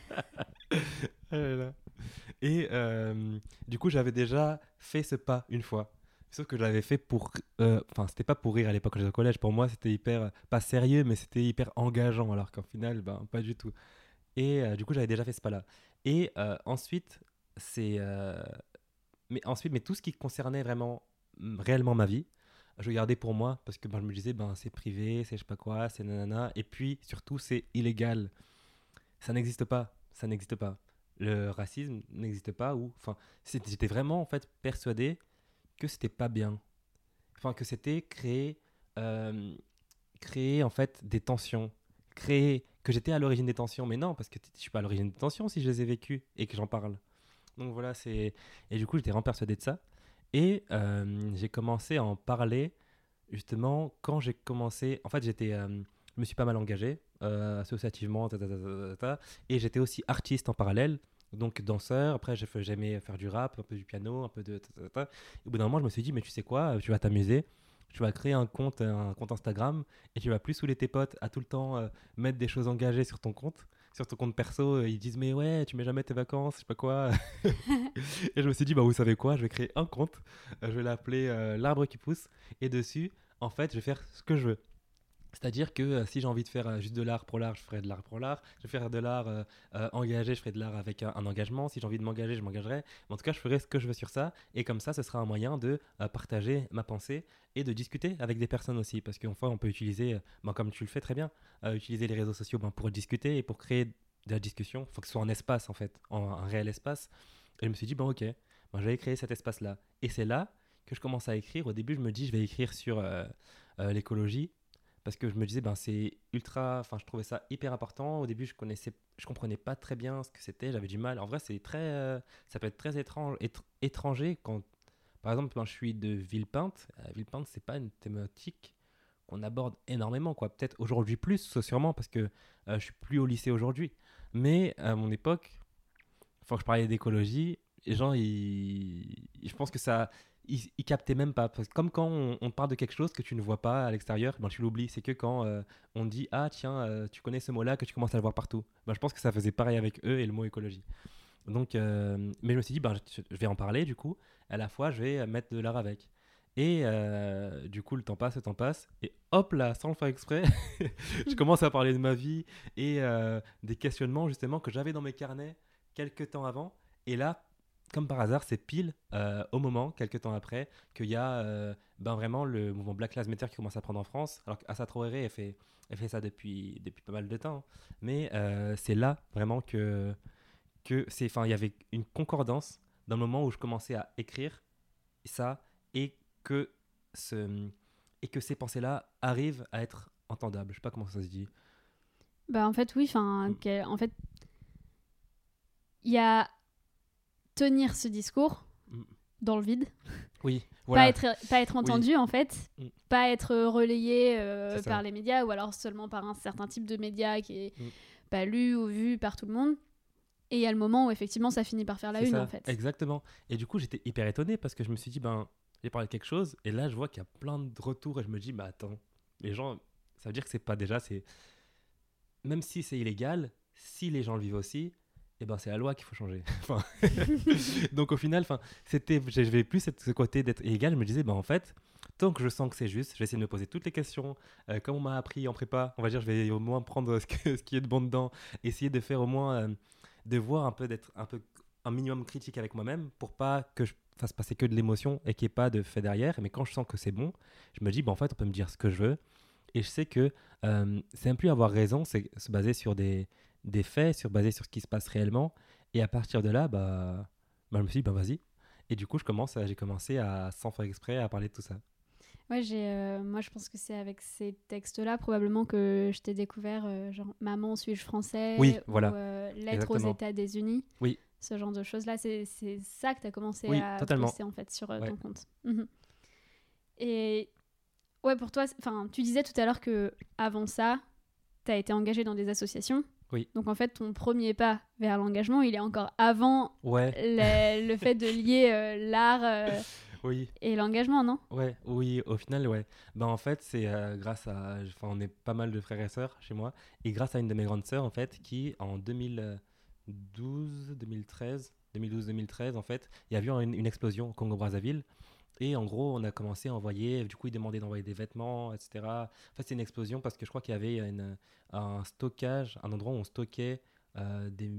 Et euh, du coup, j'avais déjà fait ce pas une fois. Sauf que je l'avais fait pour... Enfin, euh, c'était pas pour rire à l'époque quand j'étais au collège. Pour moi, c'était hyper... Pas sérieux, mais c'était hyper engageant. Alors qu'en final, ben, pas du tout. Et euh, du coup, j'avais déjà fait ce pas-là. Et euh, ensuite, c'est... Euh... Mais ensuite, mais tout ce qui concernait vraiment, réellement ma vie, je gardais pour moi parce que ben, je me disais, ben, c'est privé, c'est je sais pas quoi, c'est nanana. Et puis, surtout, c'est illégal. Ça n'existe pas. Ça n'existe pas. Le racisme n'existe pas. Ou, enfin, j'étais vraiment en fait persuadé que c'était pas bien. Enfin, que c'était créer, euh, créer en fait des tensions. Créer que j'étais à l'origine des tensions. Mais non, parce que je suis pas à l'origine des tensions si je les ai vécues et que j'en parle. Donc voilà, c'est... Et du coup, j'étais vraiment persuadé de ça. Et euh, j'ai commencé à en parler, justement, quand j'ai commencé... En fait, j'étais, euh, je me suis pas mal engagé, euh, associativement, ta, ta, ta, ta, ta, et j'étais aussi artiste en parallèle, donc danseur. Après, j'aimais faire du rap, un peu du piano, un peu de... Ta, ta, ta. Et au bout d'un moment, je me suis dit, mais tu sais quoi, tu vas t'amuser. Tu vas créer un compte, un compte Instagram, et tu vas plus saouler tes potes à tout le temps euh, mettre des choses engagées sur ton compte, sur ton compte perso, euh, ils disent mais ouais, tu mets jamais tes vacances, je sais pas quoi. Et je me suis dit bah vous savez quoi, je vais créer un compte, euh, je vais l'appeler euh, l'arbre qui pousse, et dessus, en fait, je vais faire ce que je veux. C'est-à-dire que euh, si j'ai envie de faire euh, juste de l'art pour l'art, je ferai de l'art pour l'art. Je vais faire de l'art euh, euh, engagé, je ferai de l'art avec un, un engagement. Si j'ai envie de m'engager, je m'engagerai. Mais en tout cas, je ferai ce que je veux sur ça. Et comme ça, ce sera un moyen de euh, partager ma pensée et de discuter avec des personnes aussi. Parce qu'enfin, on peut utiliser, euh, ben, comme tu le fais très bien, euh, utiliser les réseaux sociaux ben, pour discuter et pour créer de la discussion. Il faut que ce soit un espace, en fait, en, un réel espace. Et je me suis dit, bon, ok, ben, je vais créer cet espace-là. Et c'est là que je commence à écrire. Au début, je me dis, je vais écrire sur euh, euh, l'écologie. Parce que je me disais, ben, c'est ultra. Enfin, je trouvais ça hyper important. Au début, je connaissais, je comprenais pas très bien ce que c'était. J'avais du mal. En vrai, c'est très. Euh, ça peut être très étrange, étr- étranger quand. Par exemple, ben, je suis de Villepinte. Euh, Villepinte, c'est pas une thématique qu'on aborde énormément, quoi. Peut-être aujourd'hui plus, sûrement, parce que euh, je suis plus au lycée aujourd'hui. Mais à mon époque, quand je parlais d'écologie, les gens, ils... je pense que ça. Ils, ils captaient même pas. Parce que comme quand on, on parle de quelque chose que tu ne vois pas à l'extérieur, ben tu l'oublies. C'est que quand euh, on dit « Ah tiens, euh, tu connais ce mot-là » que tu commences à le voir partout. Ben, je pense que ça faisait pareil avec eux et le mot écologie. Donc, euh, mais je me suis dit, ben, je, je vais en parler du coup. À la fois, je vais mettre de l'art avec. Et euh, du coup, le temps passe, le temps passe. Et hop là, sans le faire exprès, je commence à parler de ma vie et euh, des questionnements justement que j'avais dans mes carnets quelques temps avant. Et là, comme par hasard, c'est pile euh, au moment, quelques temps après, qu'il y a euh, ben vraiment le mouvement Black Lives Matter qui commence à prendre en France. Alors qu'Assa Traoré, elle fait, elle fait ça depuis, depuis pas mal de temps. Mais euh, c'est là vraiment que, que c'est, enfin, il y avait une concordance dans le moment où je commençais à écrire ça et que, ce, et que ces pensées-là arrivent à être entendables. Je sais pas comment ça se dit. Bah en fait, oui. Enfin, mm. En fait, il y a tenir ce discours mm. dans le vide. Oui, voilà. Pas être, pas être entendu, oui. en fait. Mm. Pas être relayé euh, par ça. les médias ou alors seulement par un certain type de médias qui est mm. pas lu ou vu par tout le monde. Et il y a le moment où effectivement ça finit par faire la c'est une, ça. en fait. Exactement. Et du coup, j'étais hyper étonné parce que je me suis dit, ben, j'ai parlé de quelque chose et là, je vois qu'il y a plein de retours et je me dis, bah attends, les gens, ça veut dire que c'est pas déjà, c'est. Même si c'est illégal, si les gens le vivent aussi, eh ben, c'est la loi qu'il faut changer. enfin... Donc au final, c'était, j'avais plus cette, ce côté d'être illégal. Je me disais, ben, en fait, tant que je sens que c'est juste, je vais essayer de me poser toutes les questions. Euh, comme on m'a appris en prépa, on va dire, je vais au moins prendre ce, que, ce qui est de bon dedans, essayer de faire au moins, euh, de voir un peu, d'être un peu, un minimum critique avec moi-même pour pas que je fasse passer que de l'émotion et qu'il n'y ait pas de fait derrière. Mais quand je sens que c'est bon, je me dis, ben, en fait, on peut me dire ce que je veux. Et je sais que euh, c'est même plus avoir raison, c'est se baser sur des, des faits, sur baser sur ce qui se passe réellement. Et à partir de là, bah, bah, je me suis dit, bah, vas-y. Et du coup, je commence à, j'ai commencé à, sans faire exprès, à parler de tout ça. Ouais, j'ai, euh, moi, je pense que c'est avec ces textes-là, probablement, que je t'ai découvert, euh, genre, Maman, suis-je français oui, voilà. ou euh, Lettre aux États-Unis. Oui. Ce genre de choses-là. C'est, c'est ça que tu as commencé oui, à totalement. poster, en fait, sur euh, ouais. ton compte. Mmh. Et ouais, pour toi, tu disais tout à l'heure qu'avant ça, tu as été engagé dans des associations. Oui. Donc en fait, ton premier pas vers l'engagement, il est encore avant ouais. le, le fait de lier euh, l'art euh, oui. et l'engagement, non ? Ouais, oui, au final, ouais. Ben, en fait, c'est euh, grâce à... Enfin, on est pas mal de frères et sœurs chez moi. Et grâce à une de mes grandes sœurs, en fait, qui, en deux mille douze, deux mille treize, deux mille douze deux mille treize, en fait, il y a eu une, une explosion au Congo-Brazzaville. Et en gros, on a commencé à envoyer, du coup, ils demandaient d'envoyer des vêtements, et cetera. En fait, c'est une explosion parce que je crois qu'il y avait une, un stockage, un endroit où on stockait euh, des,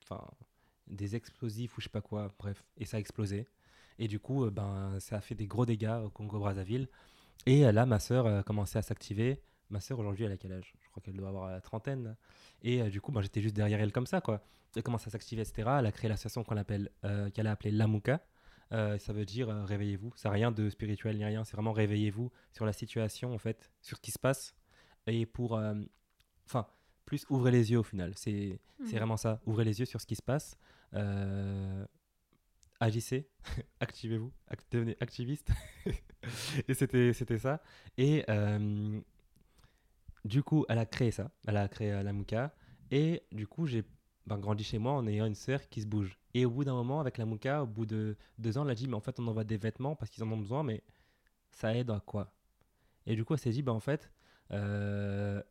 des explosifs ou je sais pas quoi, bref. Et ça a explosé. Et du coup, euh, ben, ça a fait des gros dégâts au Congo-Brazzaville. Et euh, là, ma sœur a commencé à s'activer. Ma sœur, aujourd'hui, elle a quel âge ? Je crois qu'elle doit avoir la trentaine. Et euh, du coup, ben, j'étais juste derrière elle comme ça, quoi. Elle commence à s'activer, et cetera. Elle a créé l'association qu'on appelle, euh, qu'elle a appelée Lamuka. Euh, ça veut dire euh, réveillez-vous. Ça n'a rien de spirituel ni rien. C'est vraiment réveillez-vous sur la situation, en fait, sur ce qui se passe. Et pour... Enfin, euh, plus ouvrez les yeux au final. C'est, mmh. c'est vraiment ça. Ouvrez les yeux sur ce qui se passe. Euh, agissez. Activez-vous. Act- devenez activiste. Et c'était, c'était ça. Et euh, du coup, elle a créé ça. Elle a créé euh, Lamuka. Et du coup, j'ai ben, grandi chez moi en ayant une sœur qui se bouge. Et au bout d'un moment, avec la Mouka, au bout de deux ans, elle a dit, mais en fait, on envoie des vêtements parce qu'ils en ont besoin, mais ça aide à quoi ? Et du coup, elle s'est dit, bah, en fait, euh,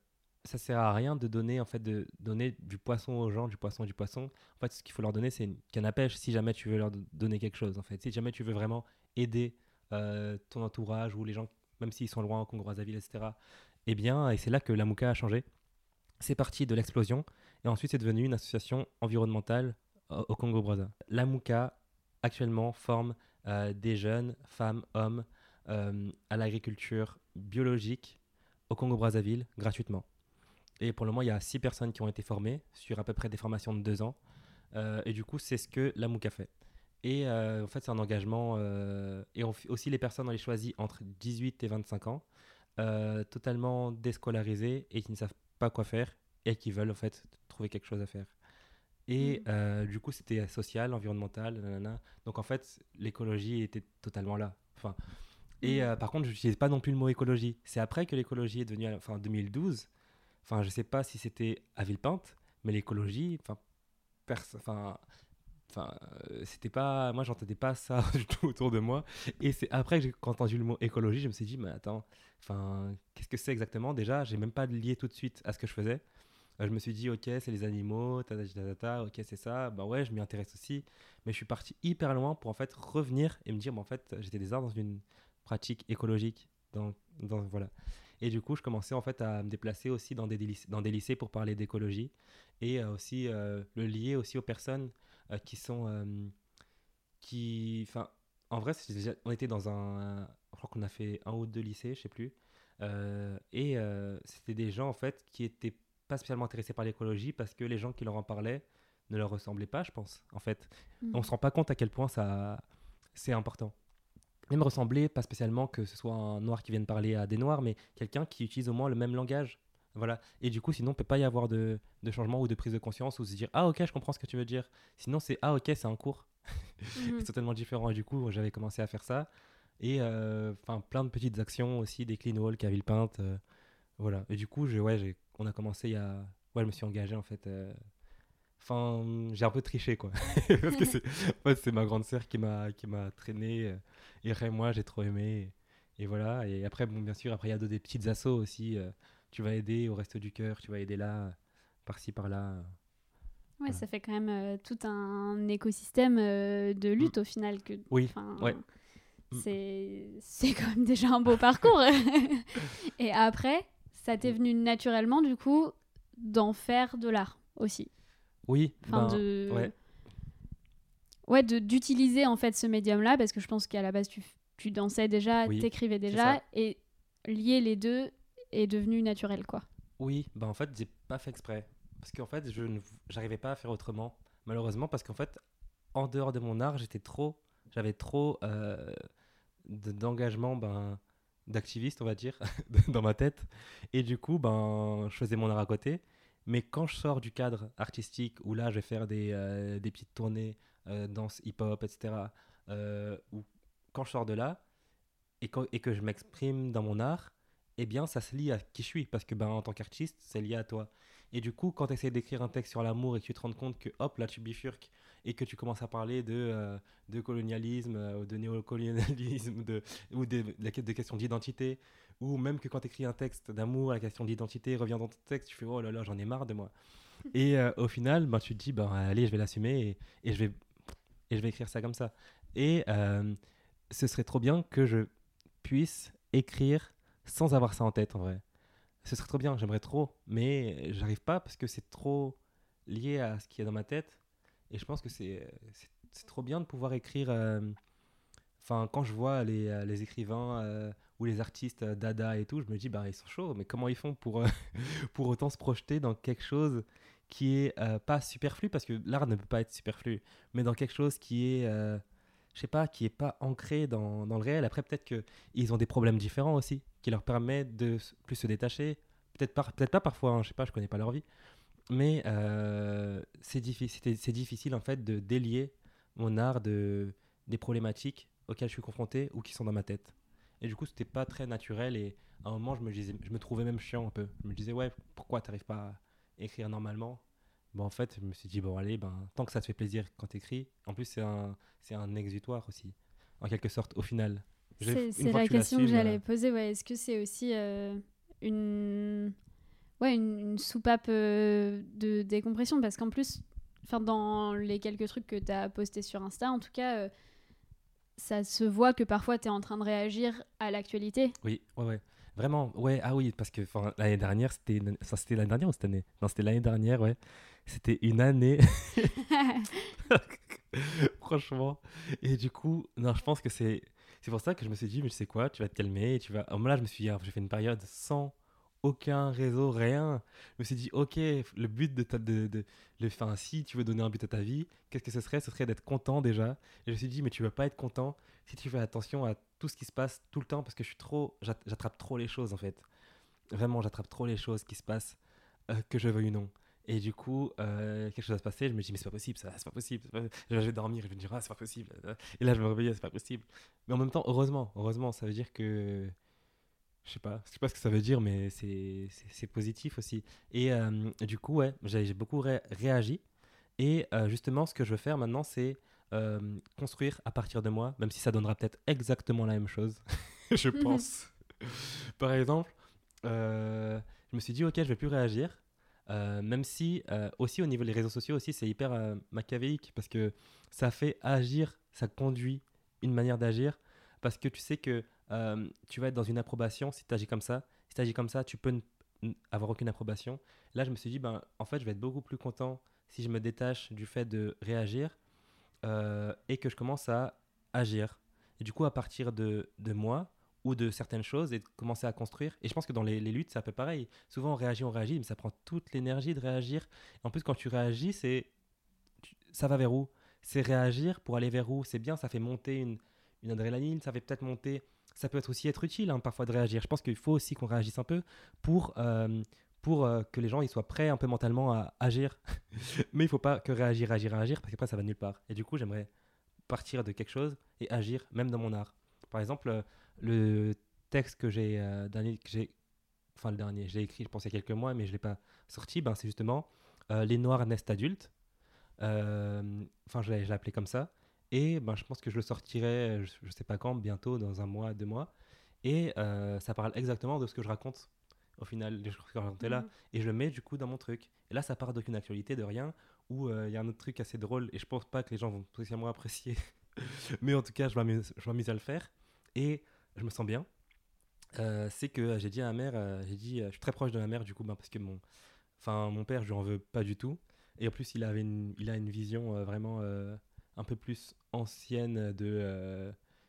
ça sert à rien de donner, en fait, de donner du poisson aux gens, du poisson, du poisson. En fait, ce qu'il faut leur donner, c'est une canne à pêche si jamais tu veux leur donner quelque chose, en fait. Si jamais tu veux vraiment aider euh, ton entourage ou les gens, même s'ils sont loin, au Congo-Brazzaville, et cetera. Eh bien, et c'est là que la Mouka a changé. C'est parti de l'explosion et ensuite c'est devenu une association environnementale au, au Congo-Brazza. La Mouka, actuellement, forme euh, des jeunes, femmes, hommes, euh, à l'agriculture biologique au Congo-Brazzaville gratuitement. Et pour le moment, il y a six personnes qui ont été formées sur à peu près des formations de deux ans. Euh, et du coup, c'est ce que la Mouka fait. Et euh, en fait, c'est un engagement. Euh, et on f- aussi, les personnes, on les choisit entre dix-huit et vingt-cinq ans, euh, totalement déscolarisées et qui ne savent pas quoi faire et qui veulent en fait trouver quelque chose à faire. Et Mmh. euh, du coup, c'était social, environnemental, nanana. Donc en fait, l'écologie était totalement là. Enfin, et Mmh. euh, par contre, je n'utilise pas non plus le mot écologie. C'est après que l'écologie est devenue, enfin, en deux mille douze. Enfin, je sais pas si c'était à Villepinte, mais l'écologie, enfin, pers- enfin, enfin, euh, c'était pas, moi, j'entendais pas ça du tout autour de moi. Et c'est après que j'ai entendu le mot écologie, je me suis dit, mais attends, enfin, qu'est-ce que c'est exactement? Déjà, j'ai même pas lié tout de suite à ce que je faisais. Euh, je me suis dit, ok, c'est les animaux, ta, ta, ta, ta, ta, ok, c'est ça. Bah ouais, je m'y intéresse aussi. Mais je suis parti hyper loin pour en fait revenir et me dire, bah, en fait, j'étais déjà dans une pratique écologique. Dans, dans, voilà. Et du coup, je commençais en fait à me déplacer aussi dans des, lycées, dans des lycées pour parler d'écologie et euh, aussi euh, le lier aussi aux personnes euh, qui sont. Euh, qui, enfin, en vrai, c'est déjà- on était dans un. Je crois qu'on a fait un ou deux lycées, je sais plus. Euh, et euh, c'était des gens en fait qui étaient pas spécialement intéressés par l'écologie parce que les gens qui leur en parlaient ne leur ressemblaient pas, je pense. En fait, Mmh. on se rend pas compte à quel point ça c'est important. Même ressembler, pas spécialement que ce soit un noir qui vienne parler à des noirs, mais quelqu'un qui utilise au moins le même langage. Voilà. Et du coup, sinon, il ne peut pas y avoir de, de changement ou de prise de conscience ou se dire ah ok, je comprends ce que tu veux dire. Sinon, c'est ah ok, c'est un cours. Mhm. C'est totalement différent. Et du coup, j'avais commencé à faire ça. Et euh, enfin, plein de petites actions aussi, des clean walks à Villepinte. euh, voilà. Et du coup, je, ouais, j'ai, on a commencé il y a. Ouais, je me suis engagé en fait. euh, Enfin, j'ai un peu triché quoi. Parce que c'est, en fait, c'est ma grande sœur qui m'a, qui m'a traîné. euh, Et après, moi, j'ai trop aimé. Et, et voilà. Et après, bon, bien sûr, après, il y a de- des petites assos aussi. euh, Tu vas aider au Resto du Cœur, tu vas aider là, par-ci, par-là. euh, Ouais, Voilà. ça fait quand même euh, tout un écosystème euh, de lutte au final. Que, Oui, enfin, ouais. Mm. c'est, c'est quand même déjà un beau parcours. Et après, ça t'est venu naturellement du coup d'en faire de l'art aussi. Oui, Enfin, ben, de... ouais. Ouais, de, d'utiliser en fait ce médium-là, parce que je pense qu'à la base tu, tu dansais déjà, Oui, t'écrivais c'est déjà, ça. et lier les deux est devenu naturel, quoi. Oui, bah en fait, j'ai pas fait exprès. Parce qu'en fait, je ne, j'arrivais pas à faire autrement, malheureusement, parce qu'en fait, en dehors de mon art, j'étais trop, j'avais trop euh, de- d'engagement, ben, d'activiste, on va dire, dans ma tête. Et du coup, ben, je faisais mon art à côté. Mais quand je sors du cadre artistique, où là, je vais faire des, euh, des petites tournées, euh, danse hip-hop, et cetera, euh, ou quand je sors de là, et, quand- et que je m'exprime dans mon art, eh bien, ça se lie à qui je suis, parce que ben, en tant qu'artiste, c'est lié à toi. Et du coup, quand tu essaies d'écrire un texte sur l'amour et que tu te rends compte que, hop, là, tu bifurques et que tu commences à parler de, euh, de colonialisme, euh, ou de néocolonialisme, de, ou de, de, la- de questions d'identité, ou même que quand tu écris un texte d'amour, la question d'identité revient dans ton texte, tu fais, oh là là, j'en ai marre de moi. Et euh, au final, ben, tu te dis, ben, allez, je vais l'assumer et, et, je vais, et je vais écrire ça comme ça. Et euh, ce serait trop bien que je puisse écrire sans avoir ça en tête en vrai. Ce serait trop bien, j'aimerais trop, mais j'arrive pas parce que c'est trop lié à ce qu'il y a dans ma tête. Et je pense que c'est, c'est, c'est trop bien de pouvoir écrire. euh, Enfin, quand je vois les, euh, les écrivains euh, ou les artistes euh, dada et tout, je me dis, bah, ils sont chauds, mais comment ils font pour, euh, pour autant se projeter dans quelque chose qui est euh, pas superflu, parce que l'art ne peut pas être superflu, mais dans quelque chose qui est, euh, je sais pas, qui est pas ancré dans, dans le réel. Après, peut-être qu'ils ont des problèmes différents aussi, qui leur permettent de s- plus se détacher. Peut-être par, peut-être pas parfois, hein, je sais pas, je connais pas leur vie, mais euh, c'est difficile, c'est c'est difficile en fait de délier mon art de, des problématiques auxquelles je suis confronté ou qui sont dans ma tête. Et du coup, c'était pas très naturel et à un moment, je me, disais, je me trouvais même chiant un peu. Je me disais, ouais, pourquoi t'arrives pas à écrire normalement? Bon, en fait, je me suis dit, bon, allez, ben, tant que ça te fait plaisir quand t'écris. En plus, c'est un, c'est un exutoire aussi, en quelque sorte, au final. J'ai- C'est, une c'est fois la que tu question que l'assumes, j'allais euh, poser, ouais. Est-ce que c'est aussi euh, une... Ouais, une, une soupape euh, de décompression, parce qu'en plus, dans les quelques trucs que tu as postés sur Insta, en tout cas, euh, ça se voit que parfois tu es en train de réagir à l'actualité. Oui, ouais, ouais. Vraiment, ouais, ah oui, parce que l'année dernière, c'était, une... enfin, c'était l'année dernière ou cette année? Non, c'était l'année dernière, ouais. C'était une année. Franchement. Et du coup, non, je pense que c'est, c'est pour ça que je me suis dit, mais tu sais quoi, tu vas te calmer et tu vas. Alors, moi, là, je me suis dit, j'ai fait une période sans aucun réseau, rien. Je me suis dit, ok, le but de ta. De, de, le, enfin, si tu veux donner un but à ta vie, qu'est-ce que ce serait? Ce serait d'être content déjà. Et je me suis dit, mais tu vas pas être content si tu fais attention à tout ce qui se passe tout le temps, parce que je suis trop. J'attrape trop les choses, en fait. Vraiment, j'attrape trop les choses qui se passent, euh, que je veuille ou non. Et du coup, euh, quelque chose va se passer, je me dis, mais c'est pas possible, ça, c'est pas possible. C'est pas... Je vais dormir, je vais me dire, ah, c'est pas possible. Et là, je me réveille, c'est pas possible. Mais en même temps, heureusement, heureusement, ça veut dire que. Je sais pas, je sais pas ce que ça veut dire, mais c'est, c'est, c'est positif aussi. Et euh, du coup, ouais, j'ai, j'ai beaucoup ré- réagi. Et euh, justement, ce que je veux faire maintenant, c'est euh, construire à partir de moi, même si ça donnera peut-être exactement la même chose, je pense. Par exemple, euh, je me suis dit, ok, je vais plus réagir. Euh, même si, euh, aussi au niveau des réseaux sociaux, aussi, c'est hyper euh, machiavélique, parce que ça fait agir, ça conduit une manière d'agir, parce que tu sais que euh, tu vas être dans une approbation si tu agis comme ça. Si tu agis comme ça, tu peux n- n- avoir aucune approbation. Là, je me suis dit, ben, en fait, je vais être beaucoup plus content si je me détache du fait de réagir euh, et que je commence à agir. Et du coup, à partir de, de moi, ou de certaines choses, et de commencer à construire. Et je pense que dans les, les luttes, c'est un peu pareil. Souvent, on réagit, on réagit, mais ça prend toute l'énergie de réagir. Et en plus, quand tu réagis, c'est... tu- ça va vers où? C'est réagir pour aller vers où? C'est bien, ça fait monter une, une adrénaline, ça fait peut-être monter... Ça peut être aussi être utile, hein, parfois, de réagir. Je pense qu'il faut aussi qu'on réagisse un peu pour, euh, pour euh, que les gens ils soient prêts un peu mentalement à agir. Mais il ne faut pas que réagir, réagir, réagir, parce qu'après, ça va nulle part. Et du coup, j'aimerais partir de quelque chose et agir, même dans mon art. Par exemple, euh, le texte que j'ai, euh, dernier, que j'ai, enfin le dernier, j'ai écrit, je pense, il y a quelques mois, mais je ne l'ai pas sorti, ben, c'est justement euh, Les Noirs naissent adultes. Euh, Enfin, je l'ai, je l'ai appelé comme ça. Et ben, je pense que je le sortirai, je ne sais pas quand, bientôt, dans un mois, deux mois. Et euh, ça parle exactement de ce que je raconte, au final, les choses que je racontais là. Mhm. Et je le mets du coup dans mon truc. Et là, ça part d'aucune actualité, de rien, où il euh, y a un autre truc assez drôle, et je pense pas que les gens vont spécialement apprécier. Mais en tout cas, je m'amuse, je m'amuse à le faire. Et je me sens bien. Euh, c'est que j'ai dit à ma mère, euh, j'ai dit, euh, je suis très proche de ma mère du coup, ben, parce que mon, enfin, mon père, je lui en veux pas du tout. Et en plus, il avait une, il a une vision euh, vraiment euh, un peu plus ancienne de, euh,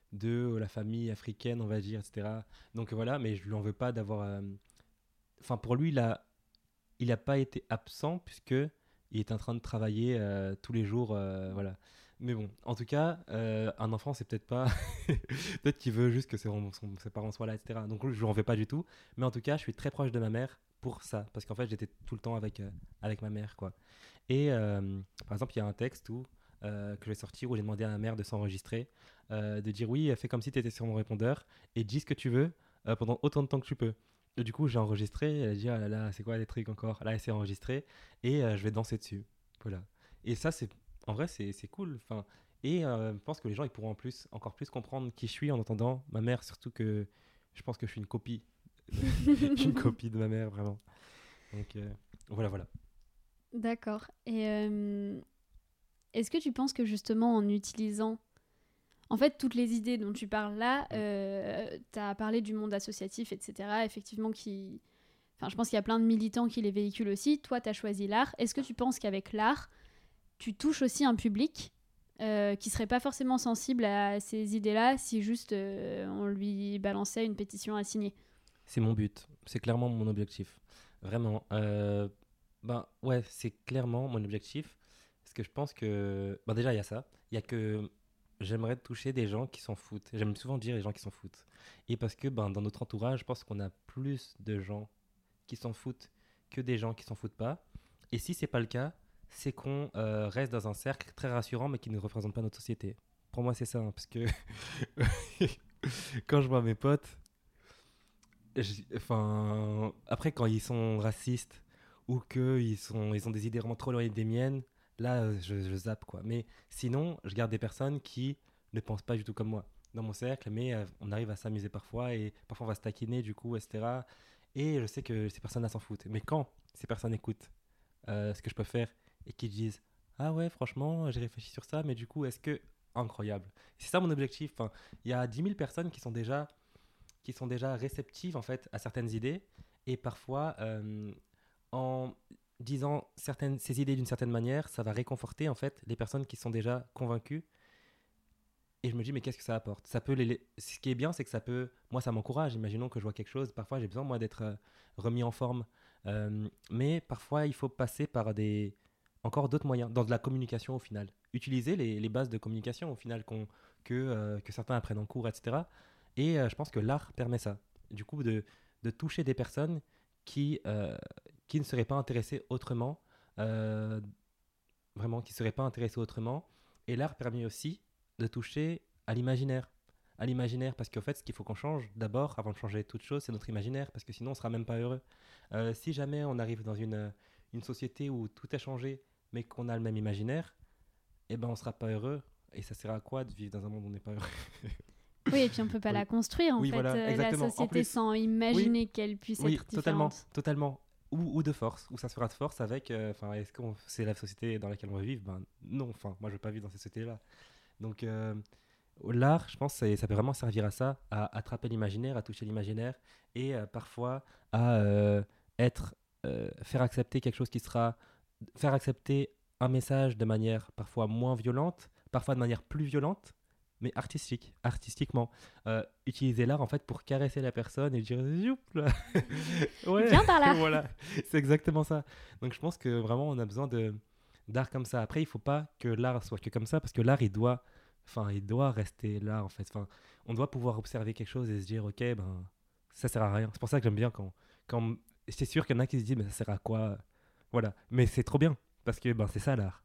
de la famille africaine, on va dire, et cetera. Donc voilà, mais je lui en veux pas d'avoir. euh, Enfin, pour lui, il a, il a pas été absent puisque il est en train de travailler euh, tous les jours, euh, voilà. Mais bon, en tout cas, euh, un enfant, c'est peut-être pas. Peut-être qu'il veut juste que ses, son- ses parents soient là, et cetera. Donc, je lui en fais pas du tout. Mais en tout cas, je suis très proche de ma mère pour ça. Parce qu'en fait, j'étais tout le temps avec, euh, avec ma mère, quoi. Et euh, par exemple, il y a un texte où, euh, que je vais sortir où j'ai demandé à ma mère de s'enregistrer, euh, de dire oui, fais comme si tu étais sur mon répondeur et dis ce que tu veux euh, pendant autant de temps que tu peux. Et du coup, j'ai enregistré. Elle a dit ah là là, c'est quoi les trucs encore? Là, elle s'est enregistrée et euh, je vais danser dessus. Voilà. Et ça, c'est en vrai, c'est c'est cool. Enfin, et euh, je pense que les gens ils pourront en plus, encore plus comprendre qui je suis en entendant ma mère, surtout que je pense que je suis une copie. Je suis une copie de ma mère, vraiment. Donc euh, voilà, voilà. D'accord. Et euh, est-ce que tu penses que justement en utilisant, en fait, toutes les idées dont tu parles là, euh, tu as parlé du monde associatif, et cetera, effectivement, qui... Enfin, je pense qu'il y a plein de militants qui les véhiculent aussi. Toi, tu as choisi l'art. Est-ce que tu penses qu'avec l'art, tu touches aussi un public euh, qui serait pas forcément sensible à ces idées-là si juste euh, on lui balançait une pétition à signer? C'est mon but. C'est clairement mon objectif. Vraiment. Euh, ben ouais, c'est clairement mon objectif. Parce que je pense que... Ben déjà, il y a ça. Il y a que j'aimerais toucher des gens qui s'en foutent. J'aime souvent dire les gens qui s'en foutent. Et parce que ben, dans notre entourage, je pense qu'on a plus de gens qui s'en foutent que des gens qui s'en foutent pas. Et si c'est pas le cas, c'est qu'on euh, reste dans un cercle très rassurant mais qui ne représente pas notre société. Pour moi, c'est ça. Hein, parce que quand je vois mes potes, j'ai- enfin, après, quand ils sont racistes ou qu'ils sont, ils ont des idées vraiment trop éloignées des miennes, là, euh, je, je zappe, quoi. Mais sinon, je garde des personnes qui ne pensent pas du tout comme moi dans mon cercle, mais euh, on arrive à s'amuser parfois et parfois on va se taquiner, du coup, et cetera. et je sais que ces personnes-là s'en foutent. Mais quand ces personnes écoutent euh, ce que je peux faire et qu'ils disent « Ah ouais, franchement, j'ai réfléchi sur ça, mais du coup, est-ce que… » Incroyable. C'est ça mon objectif. Enfin, il y a dix mille personnes qui sont déjà, qui sont déjà réceptives en fait, à certaines idées, et parfois, euh, en disant certaines, ces idées d'une certaine manière, ça va réconforter en fait, les personnes qui sont déjà convaincues. Et je me dis, mais qu'est-ce que ça apporte? Ça peut les, les... Ce qui est bien, c'est que ça peut… Moi, ça m'encourage. Imaginons que je vois quelque chose. Parfois, j'ai besoin, moi, d'être euh, remis en forme. Euh, mais parfois, il faut passer par des… encore d'autres moyens, dans de la communication, au final. Utiliser les, les bases de communication, au final, qu'on, que, euh, que certains apprennent en cours, et cetera. Et euh, je pense que l'art permet ça. Du coup, de, de toucher des personnes qui, euh, qui ne seraient pas intéressées autrement. Euh, vraiment, qui ne seraient pas intéressées autrement. Et l'art permet aussi de toucher à l'imaginaire. À l'imaginaire, parce qu'en fait, ce qu'il faut qu'on change, d'abord, avant de changer toute chose, c'est notre imaginaire, parce que sinon, on ne sera même pas heureux. Euh, si jamais on arrive dans une, une société où tout a changé, mais qu'on a le même imaginaire, eh ben, on ne sera pas heureux. Et ça sert à quoi de vivre dans un monde où on n'est pas heureux? Oui, et puis on ne peut pas oui. la construire, en oui, fait, voilà, euh, la société, plus, sans imaginer oui, qu'elle puisse oui, être totalement, différente. Totalement. Ou, ou de force, ou ça se fera de force avec... Euh, est-ce que c'est la société dans laquelle on va vivre? Ben, non, enfin, moi, je ne veux pas vivre dans cette société-là. Donc, euh, l'art, je pense, ça peut vraiment servir à ça, à attraper l'imaginaire, à toucher l'imaginaire, et euh, parfois à euh, être, euh, faire accepter quelque chose qui sera, faire accepter un message de manière parfois moins violente, parfois de manière plus violente, mais artistique, artistiquement. Euh, utiliser l'art en fait pour caresser la personne et dire Youp là. Ouais, viens par là. Voilà, c'est exactement ça. Donc je pense que vraiment on a besoin de d'art comme ça. Après, il faut pas que l'art soit que comme ça, parce que l'art, il doit, enfin, il doit rester là, en fait. Enfin, on doit pouvoir observer quelque chose et se dire, ok, ben, ça sert à rien. C'est pour ça que j'aime bien quand, quand, c'est sûr qu'il y en a qui se disent, mais ça sert à quoi? Voilà. Mais c'est trop bien, parce que ben, c'est ça l'art.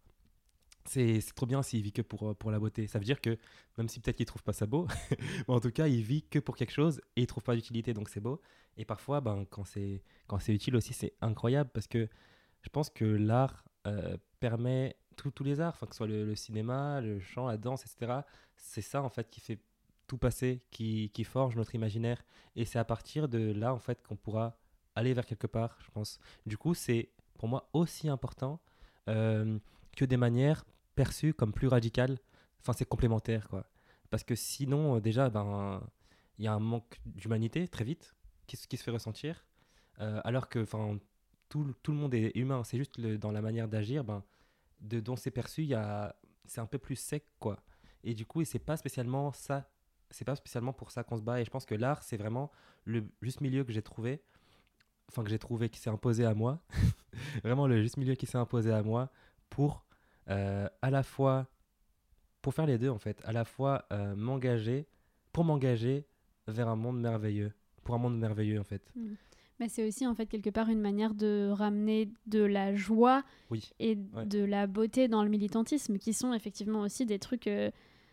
C'est, c'est trop bien s'il vit que pour, pour la beauté. Ça veut dire que, même si peut-être qu'il trouve pas ça beau, en tout cas, il vit que pour quelque chose et il trouve pas d'utilité, donc c'est beau. Et parfois, ben, quand c'est, quand c'est utile aussi, c'est incroyable, parce que je pense que l'art euh, permet tous les arts, que ce soit le, le cinéma, le chant, la danse, et cetera. C'est ça en fait qui fait tout passer, qui, qui forge notre imaginaire. Et c'est à partir de là en fait qu'on pourra aller vers quelque part, je pense. Du coup, c'est pour moi aussi important euh, que des manières perçues comme plus radicales. Enfin, c'est complémentaire, quoi. Parce que sinon, euh, déjà, ben, il y a un manque d'humanité très vite qui, qui se fait ressentir. Euh, alors que, enfin, Tout, tout le monde est humain, c'est juste le, dans la manière d'agir, ben, de, dont c'est perçu, y a, c'est un peu plus sec, quoi. Et du coup, c'est pas spécialement ça, c'est pas spécialement pour ça qu'on se bat. Et je pense que l'art, c'est vraiment le juste milieu que j'ai trouvé, enfin que j'ai trouvé, qui s'est imposé à moi, vraiment le juste milieu qui s'est imposé à moi pour euh, à la fois, pour faire les deux en fait, à la fois euh, m'engager, pour m'engager vers un monde merveilleux, pour un monde merveilleux en fait. Mmh. Mais c'est aussi en fait quelque part une manière de ramener de la joie oui. et ouais. de la beauté dans le militantisme, qui sont effectivement aussi des trucs euh,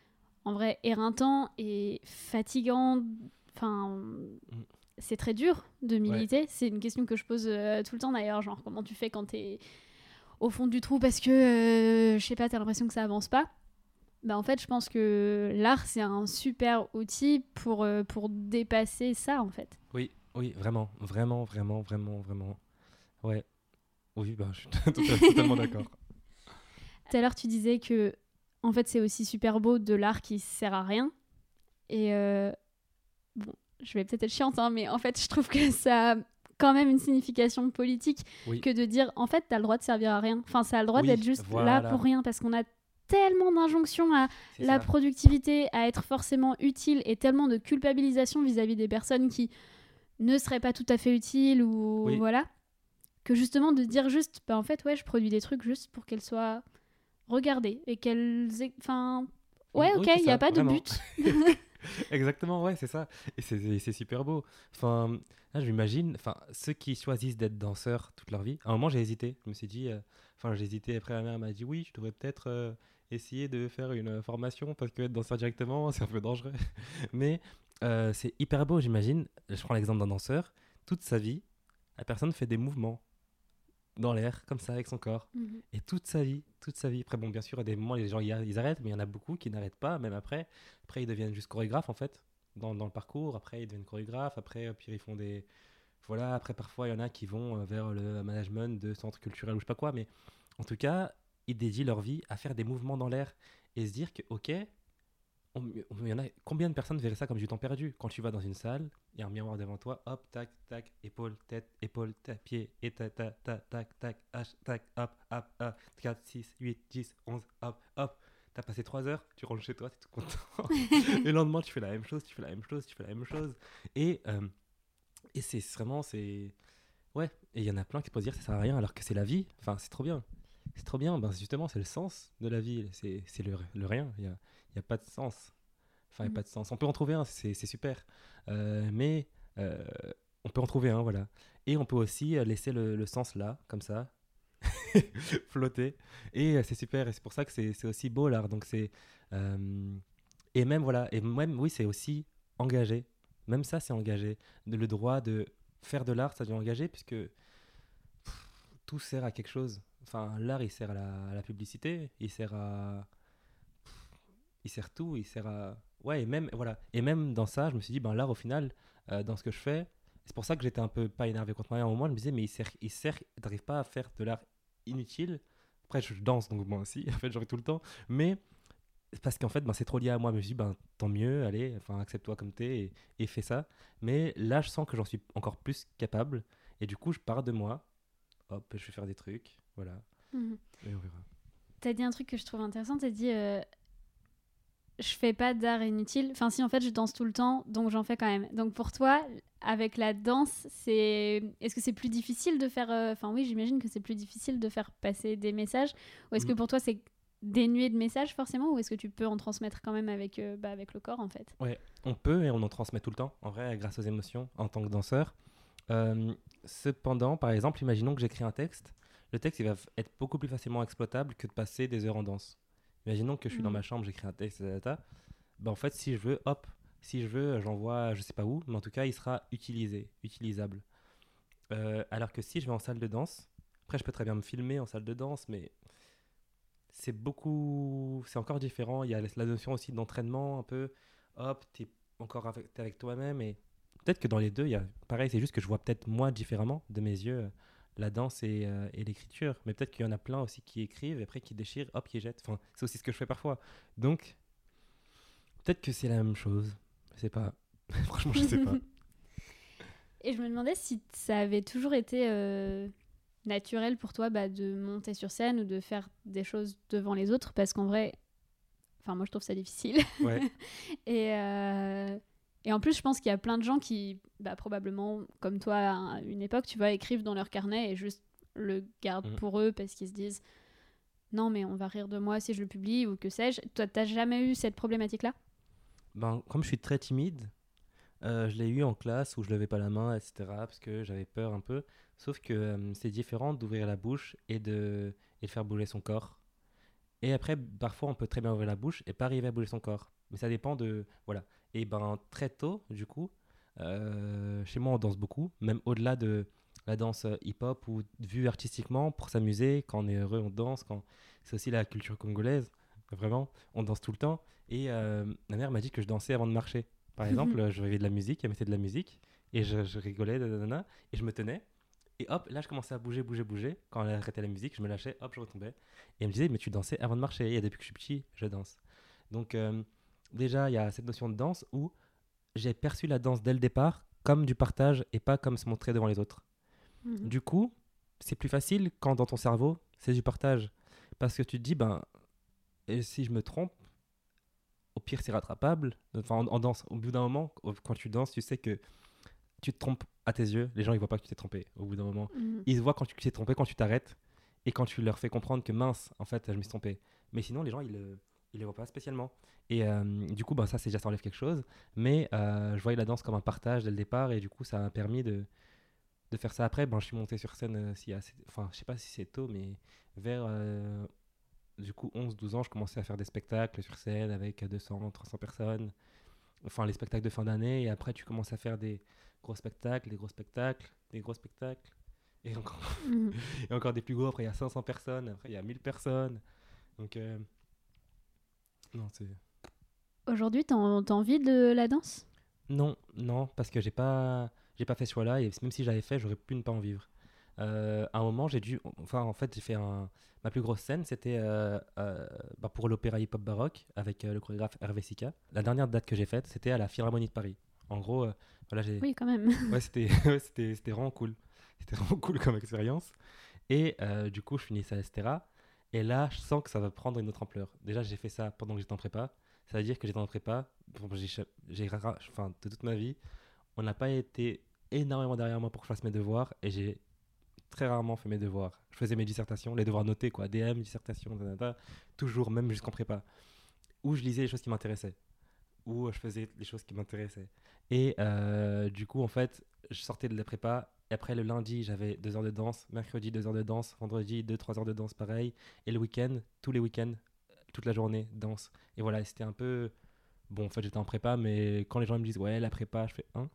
en vrai éreintants et fatigants. Enfin, mm. c'est très dur de militer. Ouais. C'est une question que je pose euh, tout le temps d'ailleurs, genre comment tu fais quand t'es au fond du trou parce que euh, je sais pas, t'as l'impression que ça avance pas. Bah en fait, je pense que l'art c'est un super outil pour euh, pour dépasser ça en fait. Oui. Oui, vraiment, vraiment, vraiment, vraiment, vraiment. Ouais. Oui, bah, je suis totalement d'accord. Tout à l'heure, tu disais que, en fait, c'est aussi super beau de l'art qui sert à rien. Et, euh, bon, je vais peut-être être chiante, hein, mais en fait, je trouve que ça a quand même une signification politique oui. que de dire, en fait, t'as le droit de servir à rien. Enfin, ça a le droit oui, d'être juste voilà. là pour rien, parce qu'on a tellement d'injonctions à c'est la ça. productivité, à être forcément utile, et tellement de culpabilisation vis-à-vis des personnes qui ne serait pas tout à fait utile ou oui. voilà, que justement de dire juste bah en fait ouais je produis des trucs juste pour qu'elles soient regardées et qu'elles enfin ouais oui, ok il y a pas vraiment. De but. Exactement, ouais, c'est ça, et c'est, c'est super beau. Enfin là je m'imagine, enfin ceux qui choisissent d'être danseurs toute leur vie, à un moment j'ai hésité, je me suis dit enfin euh, j'ai hésité, après ma mère m'a dit oui tu devrais peut-être euh, essayer de faire une formation parce que être danseur directement c'est un peu dangereux. Mais Euh, c'est hyper beau, j'imagine. Je prends l'exemple d'un danseur. Toute sa vie, la personne fait des mouvements dans l'air, comme ça, avec son corps. Mm-hmm. Et toute sa vie, toute sa vie. Après, bon, bien sûr, il y a des moments où les gens ils arrêtent, mais il y en a beaucoup qui n'arrêtent pas, même après. Après, ils deviennent juste chorégraphes, en fait, dans, dans le parcours. Après, ils deviennent chorégraphes. Après, puis ils font des, voilà, après, parfois, il y en a qui vont euh, vers le management de centres culturels ou je sais pas quoi, mais en tout cas, ils dédient leur vie à faire des mouvements dans l'air et se dire que, ok, on- on- il y en a, combien de personnes verraient ça comme du temps perdu? Quand tu vas dans une salle, il y a un miroir devant toi, hop, tac, tac, épaule, tête, épaule, tête, pied, et tac, tac, tac, tac, tac, H, tac, hop, hop, hop, quatre, six, huit, dix, onze, hop, hop. T'as passé trois heures, tu rentres chez toi, t'es tout content. Et le lendemain, tu fais la même chose, tu fais la même chose, tu fais la même chose. Et, euh, et c'est c'est vraiment, c'est... Ouais, et il y en a plein qui pourraient dire que ça sert à rien alors que c'est la vie. Enfin, c'est trop bien. C'est trop bien. Ben, justement, c'est le sens de la vie. C'est c'est le, le rien. Il n'y a, il y a pas de sens. Enfin, il n'y a Mhm. pas de sens. On peut en trouver un, c'est c'est super. Euh, mais euh, on peut en trouver un, voilà. Et on peut aussi euh, laisser le, le sens là, comme ça, flotter. Et euh, c'est super. Et c'est pour ça que c'est c'est aussi beau l'art. Donc c'est euh, et même voilà. Et même oui, c'est aussi engagé. Même ça, c'est engagé. De- Le droit de faire de l'art, ça devient engagé puisque pff, tout sert à quelque chose. Enfin, l'art, il sert à la, à la publicité, il sert à, il sert tout, il sert à, ouais, et même voilà. Et même dans ça, je me suis dit, ben l'art, au final, euh, dans ce que je fais, c'est pour ça que j'étais un peu pas énervé contre moi à un moment. Je me disais, mais il sert, il sert, t'arrives pas à faire de l'art inutile. Après, je danse, donc moi aussi, en fait, j'aurais tout le temps. Mais parce qu'en fait, ben, c'est trop lié à moi. Je me suis dit, ben, tant mieux, allez, enfin, accepte-toi comme t'es et, et fais ça. Mais là, je sens que j'en suis encore plus capable. Et du coup, je pars de moi. Hop, je vais faire des trucs. Voilà. Mhm. Et on verra. T'as dit un truc que je trouve intéressant, t'as dit euh, je fais pas d'art inutile. Enfin si, en fait je danse tout le temps, donc j'en fais quand même. Donc pour toi, avec la danse, c'est est-ce que c'est plus difficile de faire euh, enfin oui, j'imagine que c'est plus difficile de faire passer des messages, ou est-ce que Mm. pour toi c'est dénué de messages forcément, ou est-ce que tu peux en transmettre quand même avec, euh, bah, avec le corps en fait? Ouais, on peut et on en transmet tout le temps, en vrai, grâce aux émotions, en tant que danseur. Euh, cependant, par exemple, imaginons que j'écris un texte. Le texte, il va f- être beaucoup plus facilement exploitable que de passer des heures en danse. Imaginons que je suis dans Mhm. ma chambre, j'écris un texte, ta, ta, ta. Ben, en fait, si je veux, hop, si je veux, j'envoie, je sais pas où, mais en tout cas, il sera utilisé, utilisable. Euh, alors que si je vais en salle de danse, après, je peux très bien me filmer en salle de danse, mais c'est beaucoup, c'est encore différent. Il y a la notion aussi d'entraînement, un peu, hop, t'es encore avec, t'es avec toi-même, et peut-être que dans les deux, il y a pareil, c'est juste que je vois peut-être moi différemment de mes yeux euh, la danse et, euh, et l'écriture, mais peut-être qu'il y en a plein aussi qui écrivent et après qui déchirent, hop, qui jettent. Enfin, c'est aussi ce que je fais parfois. Donc, peut-être que c'est la même chose. Je sais pas. Franchement, je sais pas. Et je me demandais si ça avait toujours été euh, naturel pour toi, bah, de monter sur scène ou de faire des choses devant les autres, parce qu'en vrai, enfin moi je trouve ça difficile. Ouais. et, euh, et en plus je pense qu'il y a plein de gens qui, bah, probablement comme toi à une époque, tu vois, écrivent dans leur carnet et juste le gardent Mhm. pour eux parce qu'ils se disent non mais on va rire de moi si je le publie ou que sais-je. Toi t'as jamais eu cette problématique-là? Ben, comme je suis très timide, euh, je l'ai eu en classe où je levais pas la main, et cetera. Parce que j'avais peur un peu. Sauf que euh, c'est différent d'ouvrir la bouche et de, et de faire bouger son corps. Et après, parfois, on peut très bien ouvrir la bouche et pas arriver à bouger son corps. Mais ça dépend de... Voilà. Et ben, très tôt, du coup, euh, chez moi, on danse beaucoup. Même au-delà de la danse euh, hip-hop ou vue artistiquement, pour s'amuser. Quand on est heureux, on danse. Quand... C'est aussi la culture congolaise. Vraiment, on danse tout le temps. Et euh, ma mère m'a dit que je dansais avant de marcher. Par exemple, euh, je rêvais de la musique, elle mettait de la musique. Et je, je rigolais, nanana, et je me tenais. Et hop, là, je commençais à bouger, bouger, bouger. Quand elle arrêtait la musique, je me lâchais, hop, je retombais. Et elle me disait, mais tu dansais avant de marcher. Et depuis que je suis petit, je danse. Donc, euh, déjà, il y a cette notion de danse où j'ai perçu la danse dès le départ comme du partage et pas comme se montrer devant les autres. Mhm. Du coup, c'est plus facile quand dans ton cerveau, c'est du partage. Parce que tu te dis, ben, et si je me trompe, au pire, c'est rattrapable. Enfin, en, en danse, au bout d'un moment, au- quand tu danses, tu sais que tu te trompes à tes yeux. Les gens, ils voient pas que tu t'es trompé au bout d'un moment. Mhm. Ils voient quand tu t'es trompé, quand tu t'arrêtes et quand tu leur fais comprendre que mince, en fait, je me suis trompé. Mais sinon, les gens, ils le, ils le voient pas spécialement. Et euh, du coup, bah, ça, c'est déjà, ça enlève quelque chose. Mais euh, je voyais la danse comme un partage dès le départ et du coup, ça m'a permis de, de faire ça après. Ben, je suis monté sur scène, euh, s'il y a assez- enfin, je sais pas si c'est tôt, mais vers euh, du coup onze douze ans, je commençais à faire des spectacles sur scène avec deux cents trois cents personnes. Enfin, les spectacles de fin d'année. Et après, tu commences à faire des gros spectacles, des gros spectacles, des gros spectacles. Et encore, Mhm. et encore des plus gros. Après, il y a cinq cents personnes. Après, il y a mille personnes. Donc, euh, non, c'est... Aujourd'hui t'as en- t'as envie de la danse? Non, non, parce que j'ai pas, j'ai pas fait ce choix-là, et même si j'avais fait, j'aurais pu ne pas en vivre. Euh, à un moment, j'ai dû, enfin, en fait, j'ai fait un, ma plus grosse scène, c'était euh, euh, bah, pour l'opéra hip-hop baroque avec euh, le chorégraphe Hervé Sika. La dernière date que j'ai faite, c'était à la Philharmonie de Paris. En gros, euh, voilà, j'ai. Oui, quand même. Ouais, c'était, ouais, c'était, c'était vraiment cool. C'était vraiment cool comme expérience. Et euh, du coup, je finis ça à l'Estera. Et là, je sens que ça va prendre une autre ampleur. Déjà, j'ai fait ça pendant que j'étais en prépa. Ça veut dire que j'étais en prépa. Bon, j'ai, j'ai, enfin, de toute ma vie, on n'a pas été énormément derrière moi pour que je fasse mes devoirs. Et j'ai très rarement fait mes devoirs. Je faisais mes dissertations, les devoirs notés, quoi. D M, dissertation, da, da, da, toujours, même jusqu'en prépa. Où je lisais les choses qui m'intéressaient. Où je faisais les choses qui m'intéressaient. Et euh, du coup, en fait, je sortais de la prépa. Et après, le lundi, j'avais deux heures de danse. Mercredi, deux heures de danse. Vendredi, deux, trois heures de danse, pareil. Et le week-end, tous les week-ends, toute la journée, danse. Et voilà, c'était un peu... Bon, en fait, j'étais en prépa, mais quand les gens me disent « Ouais, la prépa », je fais « Hein ?»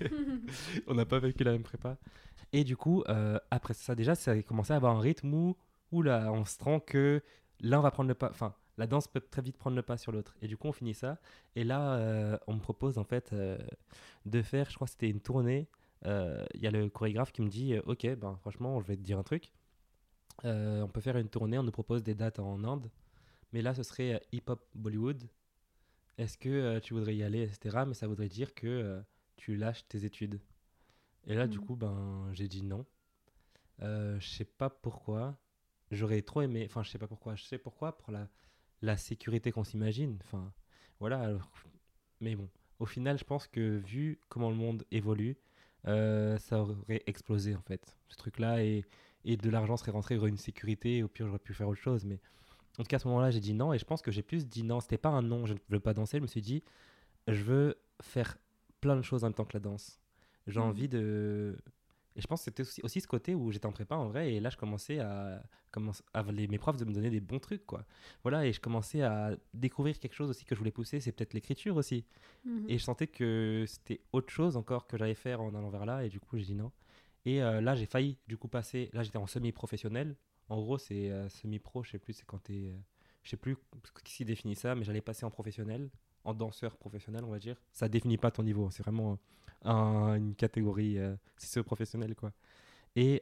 On n'a pas vécu la même prépa. Et du coup, euh, après ça, déjà, ça a commencé à avoir un rythme où, où là, on se rend que l'un va prendre le pas... Enfin, la danse peut très vite prendre le pas sur l'autre. Et du coup, on finit ça. Et là, euh, on me propose, en fait, euh, de faire... Je crois que c'était une tournée. Il euh, y a le chorégraphe qui me dit « Ok, ben, franchement, je vais te dire un truc. Euh, on peut faire une tournée. On nous propose des dates en Inde. Mais là, ce serait euh, hip-hop Bollywood. Est-ce que euh, tu voudrais y aller, et cetera. Mais ça voudrait dire que euh, tu lâches tes études. » Et là, mmh. du coup, ben, j'ai dit non. Euh, je sais pas pourquoi. J'aurais trop aimé... Enfin, je sais pas pourquoi. Je sais pourquoi, pour la, la sécurité qu'on s'imagine. Enfin, voilà. Alors... Mais bon, au final, je pense que vu comment le monde évolue, euh, ça aurait explosé, en fait, ce truc-là. Et, et de l'argent serait rentré, il y aurait une sécurité. Et au pire, j'aurais pu faire autre chose. Mais en tout cas, à ce moment-là, j'ai dit non. Et je pense que j'ai plus dit non. C'était pas un non, je ne veux pas danser. Je me suis dit, je veux faire plein de choses en même temps que la danse. J'ai mmh. envie de... Et je pense que c'était aussi, aussi ce côté où j'étais en prépa en vrai, et là je commençais à... Commence, à les, mes profs de me donner des bons trucs, quoi. Voilà, et je commençais à découvrir quelque chose aussi que je voulais pousser, c'est peut-être l'écriture aussi. Mmh. Et je sentais que c'était autre chose encore que j'allais faire en allant vers là, et du coup j'ai dit non. Et euh, là j'ai failli du coup passer... Là j'étais en semi-professionnel. En gros c'est euh, semi-pro, je sais plus, c'est quand t'es... Euh, je sais plus qui définit ça, mais j'allais passer en professionnel, en danseur professionnel, on va dire. Ça définit pas ton niveau, c'est vraiment... Un, une catégorie euh, c'est ce professionnel, quoi. Et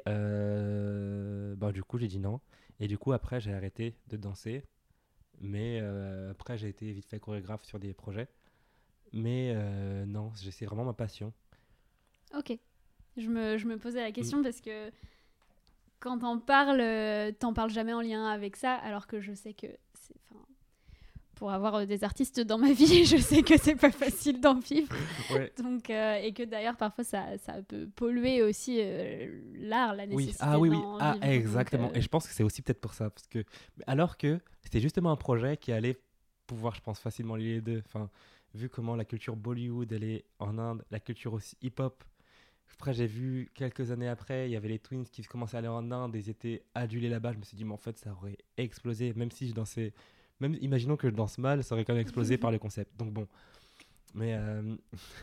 euh, bah, du coup j'ai dit non, et du coup après j'ai arrêté de danser, mais euh, après j'ai été vite fait chorégraphe sur des projets, mais euh, non, c'est vraiment ma passion. Ok, je me, je me posais la question mmh. parce que quand t'en parles, t'en parles jamais en lien avec ça, alors que je sais que c'est... Pour avoir des artistes dans ma vie, je sais que c'est pas facile d'en vivre. Ouais. Donc, euh, et que d'ailleurs, parfois, ça, ça peut polluer aussi euh, l'art, la nécessité oui. Ah, oui, oui. d'en ah, vivre. Exactement. Donc, euh... Et je pense que c'est aussi peut-être pour ça. Parce que, alors que c'était justement un projet qui allait pouvoir, je pense, facilement lier les deux. Enfin, vu comment la culture Bollywood, elle est en Inde, la culture aussi hip-hop. Après, j'ai vu quelques années après, il y avait les Twins qui commençaient à aller en Inde, ils étaient adulés là-bas. Je me suis dit, mais en fait, ça aurait explosé, même si je dansais... Même imaginons que je danse mal, ça aurait quand même explosé par le concept. Donc bon. Mais euh...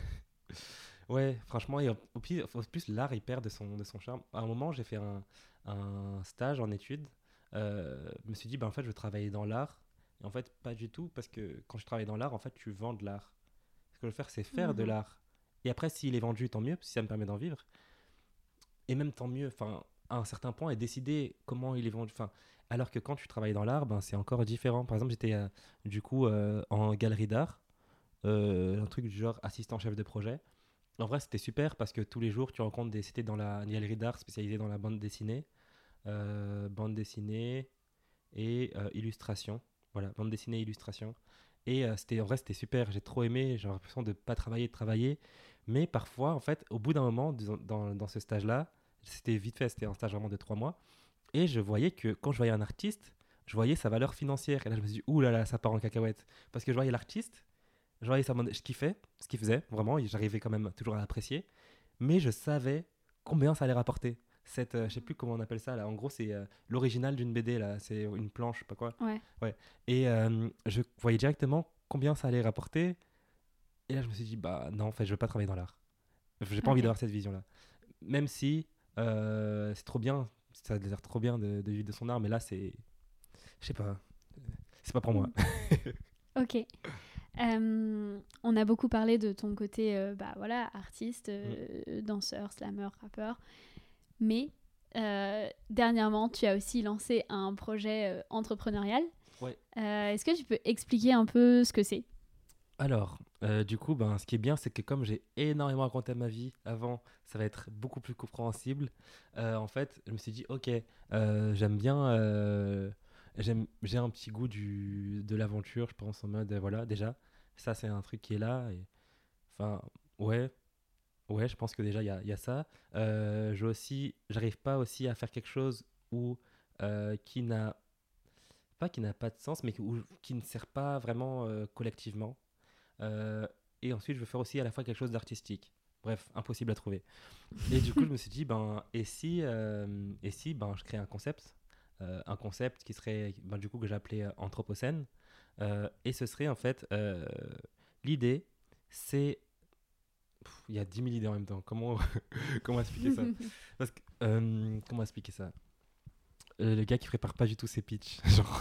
ouais, franchement, et au plus, au plus l'art, il perd de son, de son charme. À un moment, j'ai fait un, un stage en études. Euh, je me suis dit, ben, en fait, je veux travailler dans l'art. Et en fait, pas du tout, parce que quand je travaille dans l'art, en fait, tu vends de l'art. Ce que je veux faire, c'est faire mmh. de l'art. Et après, s'il est vendu, tant mieux, si ça me permet d'en vivre. Et même tant mieux, enfin, à un certain point, et décider comment il est vendu. Enfin, alors que quand tu travailles dans l'art, ben, c'est encore différent. Par exemple, j'étais euh, du coup euh, en galerie d'art, euh, un truc du genre assistant chef de projet. En vrai, c'était super parce que tous les jours, tu rencontres des... C'était dans la galerie d'art spécialisée dans la bande dessinée, euh, bande dessinée et euh, illustration. Voilà, bande dessinée et illustration. Et euh, c'était, en vrai, c'était super. J'ai trop aimé. J'ai l'impression de ne pas travailler, de travailler. Mais parfois, en fait, au bout d'un moment, dans, dans, dans ce stage-là, c'était vite fait, c'était un stage vraiment de trois mois. Et je voyais que quand je voyais un artiste, je voyais sa valeur financière. Et là, je me suis dit, ouh là là, ça part en cacahuète. Parce que je voyais l'artiste, je voyais sa monnaie, je kiffais ce qu'il faisait, vraiment. J'arrivais quand même toujours à l'apprécier. Mais je savais combien ça allait rapporter. Cette, euh, je sais plus comment on appelle ça, là. En gros, c'est euh, l'original d'une B D, là. C'est une planche, je sais pas quoi. Ouais. Ouais. Et euh, je voyais directement combien ça allait rapporter. Et là, je me suis dit, bah non, en fait, je veux pas travailler dans l'art. J'ai pas okay. envie d'avoir cette vision-là. Même si euh, c'est trop bien, ça a l'air trop bien de, de vivre de son art, mais là, c'est... Je sais pas. C'est pas pour moi. Ok. Euh, on a beaucoup parlé de ton côté euh, bah, voilà, artiste, euh, mmh. danseur, slammer, rappeur. Mais euh, dernièrement, tu as aussi lancé un projet euh, entrepreneurial. Ouais. Euh, est-ce que tu peux expliquer un peu ce que c'est ? Alors, euh, du coup, ben, ce qui est bien, c'est que comme j'ai énormément raconté ma vie avant, ça va être beaucoup plus compréhensible. Euh, en fait, je me suis dit, ok, euh, j'aime bien, euh, j'aime, j'ai un petit goût du, de l'aventure, je pense, en mode, euh, voilà, déjà, ça, c'est un truc qui est là. Et, enfin, ouais, ouais, je pense que déjà, il y a, y a ça. Euh, j'ai aussi, j'arrive pas aussi à faire quelque chose où, euh, qui n'a, pas qui n'a pas de sens, mais qui, où, qui ne sert pas vraiment euh, collectivement. Euh, et ensuite, je veux faire aussi à la fois quelque chose d'artistique. Bref, impossible à trouver. Et du coup, je me suis dit, ben, et si, euh, et si ben, je crée un concept, euh, un concept qui serait, ben, du coup, que j'ai appelé euh, Anthropocène. Euh, et ce serait, en fait, euh, l'idée, c'est... Pff, il y a dix mille idées en même temps. Comment, comment expliquer ça Parce que, euh, comment expliquer ça euh, Le gars qui prépare pas du tout ses pitchs, genre...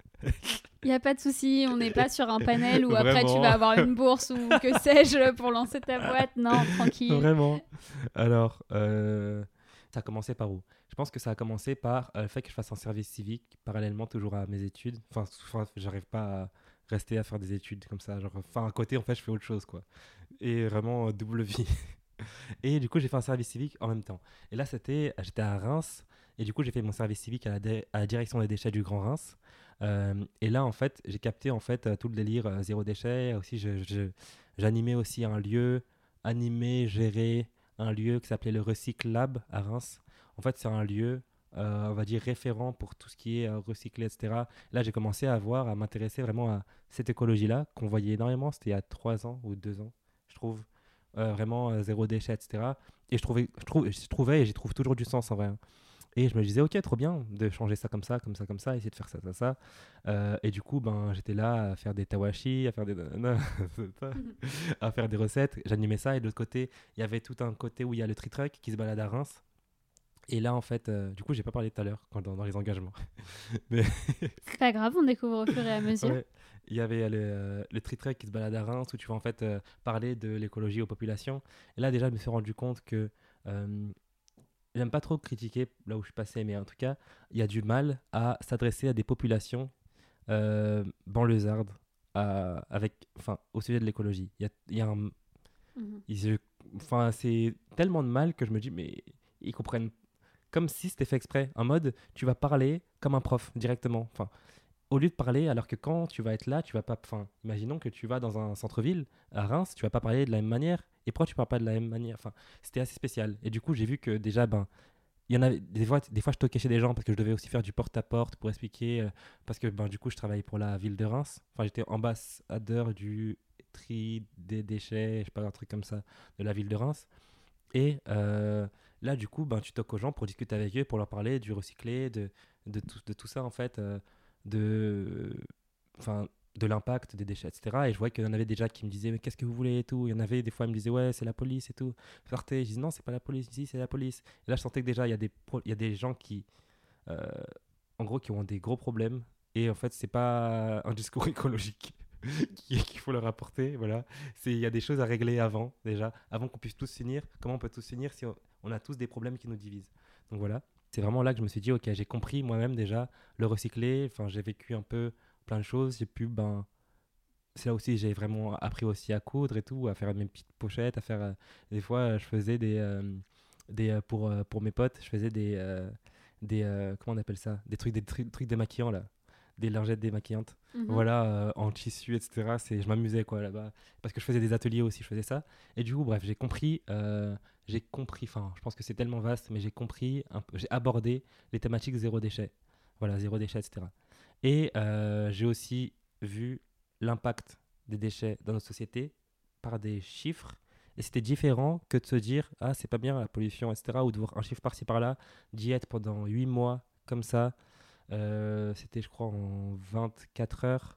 Il n'y a pas de souci, on n'est pas sur un panel où après tu vas avoir une bourse ou que sais-je pour lancer ta boîte. Non, tranquille. Vraiment. Alors, euh, ça a commencé par où ? Je pense que ça a commencé par euh, le fait que je fasse un service civique parallèlement toujours à mes études. Enfin, enfin j'arrive pas à rester à faire des études comme ça. Genre, enfin, à côté, en fait, je fais autre chose, quoi. Et vraiment, euh, double vie. Et du coup, j'ai fait un service civique en même temps. Et là, c'était, j'étais à Reims. Et du coup, j'ai fait mon service civique à la, dé- à la direction des déchets du Grand Reims. Euh, et là, en fait, j'ai capté en fait euh, tout le délire euh, zéro déchet. Aussi, je, je, j'animais aussi un lieu, animé, géré un lieu qui s'appelait le Recycle Lab à Reims. En fait, c'est un lieu, euh, on va dire, référent pour tout ce qui est euh, recyclé, et cetera. Là, j'ai commencé à voir, à m'intéresser vraiment à cette écologie-là, qu'on voyait énormément. C'était il y a trois ans ou deux ans, je trouve. Euh, vraiment euh, zéro déchet, et cetera. Et je trouvais, je, trouve, je trouvais et j'y trouve toujours du sens en vrai. Hein. Et je me disais, ok, trop bien de changer ça comme ça, comme ça, comme ça, essayer de faire ça, ça, ça. Euh, et du coup, ben, j'étais là à faire des tawashi, à faire des, à faire des recettes. J'animais ça. Et de l'autre côté, il y avait tout un côté où il y a le tree truck qui se balade à Reims. Et là, en fait, euh, du coup, j'ai pas parlé tout à l'heure quand, dans, dans les engagements. Mais c'est pas grave, on découvre au fur et à mesure. Ouais. Il y avait le, euh, le tree truck qui se balade à Reims où tu vas en fait euh, parler de l'écologie aux populations. Et là, déjà, je me suis rendu compte que euh, j'aime pas trop critiquer là où je suis passé, mais en tout cas, il y a du mal à s'adresser à des populations euh, banlieusardes à, avec, enfin, au sujet de l'écologie. Il y a, il y a un, mm-hmm. il, enfin, c'est tellement de mal que je me dis, mais ils comprennent comme si c'était fait exprès. En mode, tu vas parler comme un prof directement. Enfin, au lieu de parler, alors que quand tu vas être là, tu vas pas. Enfin, imaginons que tu vas dans un centre-ville à Reims, tu vas pas parler de la même manière. Et pourquoi tu parles pas de la même manière ? Enfin, c'était assez spécial. Et du coup, j'ai vu que déjà, ben, il y en avait des fois, des fois, je toquais chez des gens parce que je devais aussi faire du porte-à-porte pour expliquer. Euh, parce que, ben, du coup, je travaillais pour la ville de Reims. Enfin, j'étais ambassadeur du tri des déchets, je sais pas, un truc comme ça, de la ville de Reims. Et euh, là, du coup, ben, tu toques aux gens pour discuter avec eux, pour leur parler du recyclé, de, de, tout, de tout ça, en fait, euh, de, enfin, de l'impact des déchets, et cetera. Et je voyais qu'il y en avait déjà qui me disaient, mais qu'est-ce que vous voulez et tout. Il y en avait des fois, ils me disaient, ouais, c'est la police et tout. Sortez, je disais, non, c'est pas la police, si, c'est la police. Et là, je sentais que déjà, il y a des, pro- il y a des gens qui, euh, en gros, qui ont des gros problèmes. Et en fait, c'est pas un discours écologique qu'il faut leur apporter, voilà. C'est, il y a des choses à régler avant, déjà, avant qu'on puisse tous s'unir. Comment on peut tous s'unir si on, on a tous des problèmes qui nous divisent. Donc voilà, c'est vraiment là que je me suis dit, ok, j'ai compris moi-même déjà le recycler. Enfin, j'ai vécu un peu plein de choses. J'ai pu, ben, c'est là aussi j'ai vraiment appris aussi à coudre et tout, à faire mes petites pochettes, à faire. Euh, des fois, je faisais des, euh, des euh, pour euh, pour mes potes, je faisais des euh, des euh, comment on appelle ça, des trucs des trucs, trucs démaquillants là. Des lingettes démaquillantes, mm-hmm. voilà, euh, en tissu, et cetera. C'est, je m'amusais quoi là-bas, parce que je faisais des ateliers aussi, je faisais ça. Et du coup, bref, j'ai compris, euh, j'ai compris, enfin, je pense que c'est tellement vaste, mais j'ai compris, un peu, j'ai abordé les thématiques zéro déchet, voilà, zéro déchet, et cetera. Et euh, j'ai aussi vu l'impact des déchets dans notre société par des chiffres. Et c'était différent que de se dire, ah, c'est pas bien la pollution, et cetera. Ou de voir un chiffre par-ci par-là, d'y être pendant huit mois comme ça. Euh, c'était je crois en vingt-quatre heures,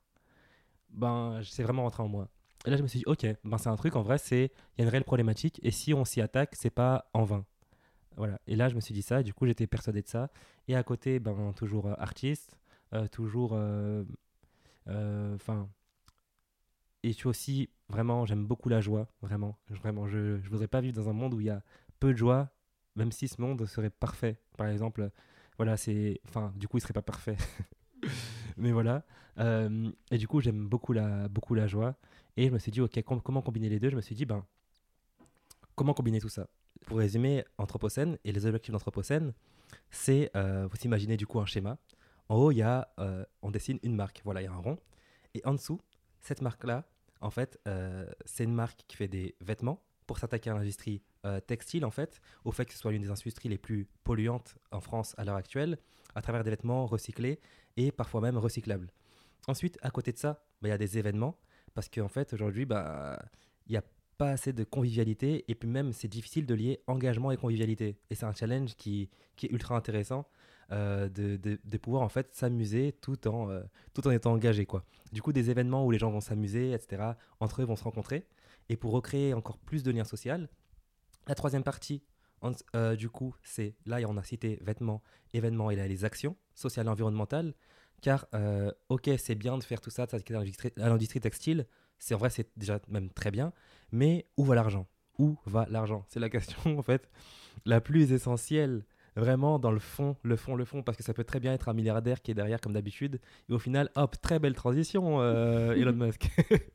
ben c'est vraiment rentré en moi. Et là je me suis dit ok, ben c'est un truc en vrai, c'est il y a une réelle problématique et si on s'y attaque c'est pas en vain, voilà. Et là je me suis dit ça, du coup j'étais persuadé de ça. Et à côté ben toujours euh, artiste, euh, toujours enfin euh, euh, et je suis aussi, vraiment, j'aime beaucoup la joie, vraiment. Vraiment, je ne voudrais pas vivre dans un monde où il y a peu de joie, même si ce monde serait parfait. Par exemple, voilà, c'est... Enfin, du coup, il serait pas parfait. Mais voilà. Euh, et du coup, j'aime beaucoup la, beaucoup la joie. Et je me suis dit, ok, com- comment combiner les deux? Je me suis dit, ben, comment combiner tout ça? Pour résumer, Anthropocène et les objectifs d'Anthropocène, c'est, euh, vous imaginez du coup un schéma. En haut, il y a, euh, on dessine une marque. Voilà, il y a un rond. Et en dessous, cette marque-là, en fait, euh, c'est une marque qui fait des vêtements pour s'attaquer à l'industrie euh, textile, en fait, au fait que ce soit l'une des industries les plus polluantes en France à l'heure actuelle, à travers des vêtements recyclés et parfois même recyclables. Ensuite, à côté de ça, bah, il y a des événements, parce qu'en fait, aujourd'hui, bah, il n'y a pas assez de convivialité, et puis même, c'est difficile de lier engagement et convivialité. Et c'est un challenge qui, qui est ultra intéressant, euh, de, de, de pouvoir en fait s'amuser tout en, euh, tout en étant engagé, quoi. Du coup, des événements où les gens vont s'amuser, et cetera, entre eux vont se rencontrer, et pour recréer encore plus de liens sociaux. La troisième partie, en- euh, du coup, c'est, là, on a cité vêtements, événements, et là, les actions sociales et environnementales, car, euh, ok, c'est bien de faire tout ça, de s'attaquer à l'industrie à l'industrie textile, c'est en vrai, c'est déjà même très bien, mais où va l'argent? Où va l'argent? C'est la question, en fait, la plus essentielle, vraiment, dans le fond, le fond, le fond, parce que ça peut très bien être un milliardaire qui est derrière, comme d'habitude, et au final, hop, très belle transition, euh, Elon Musk.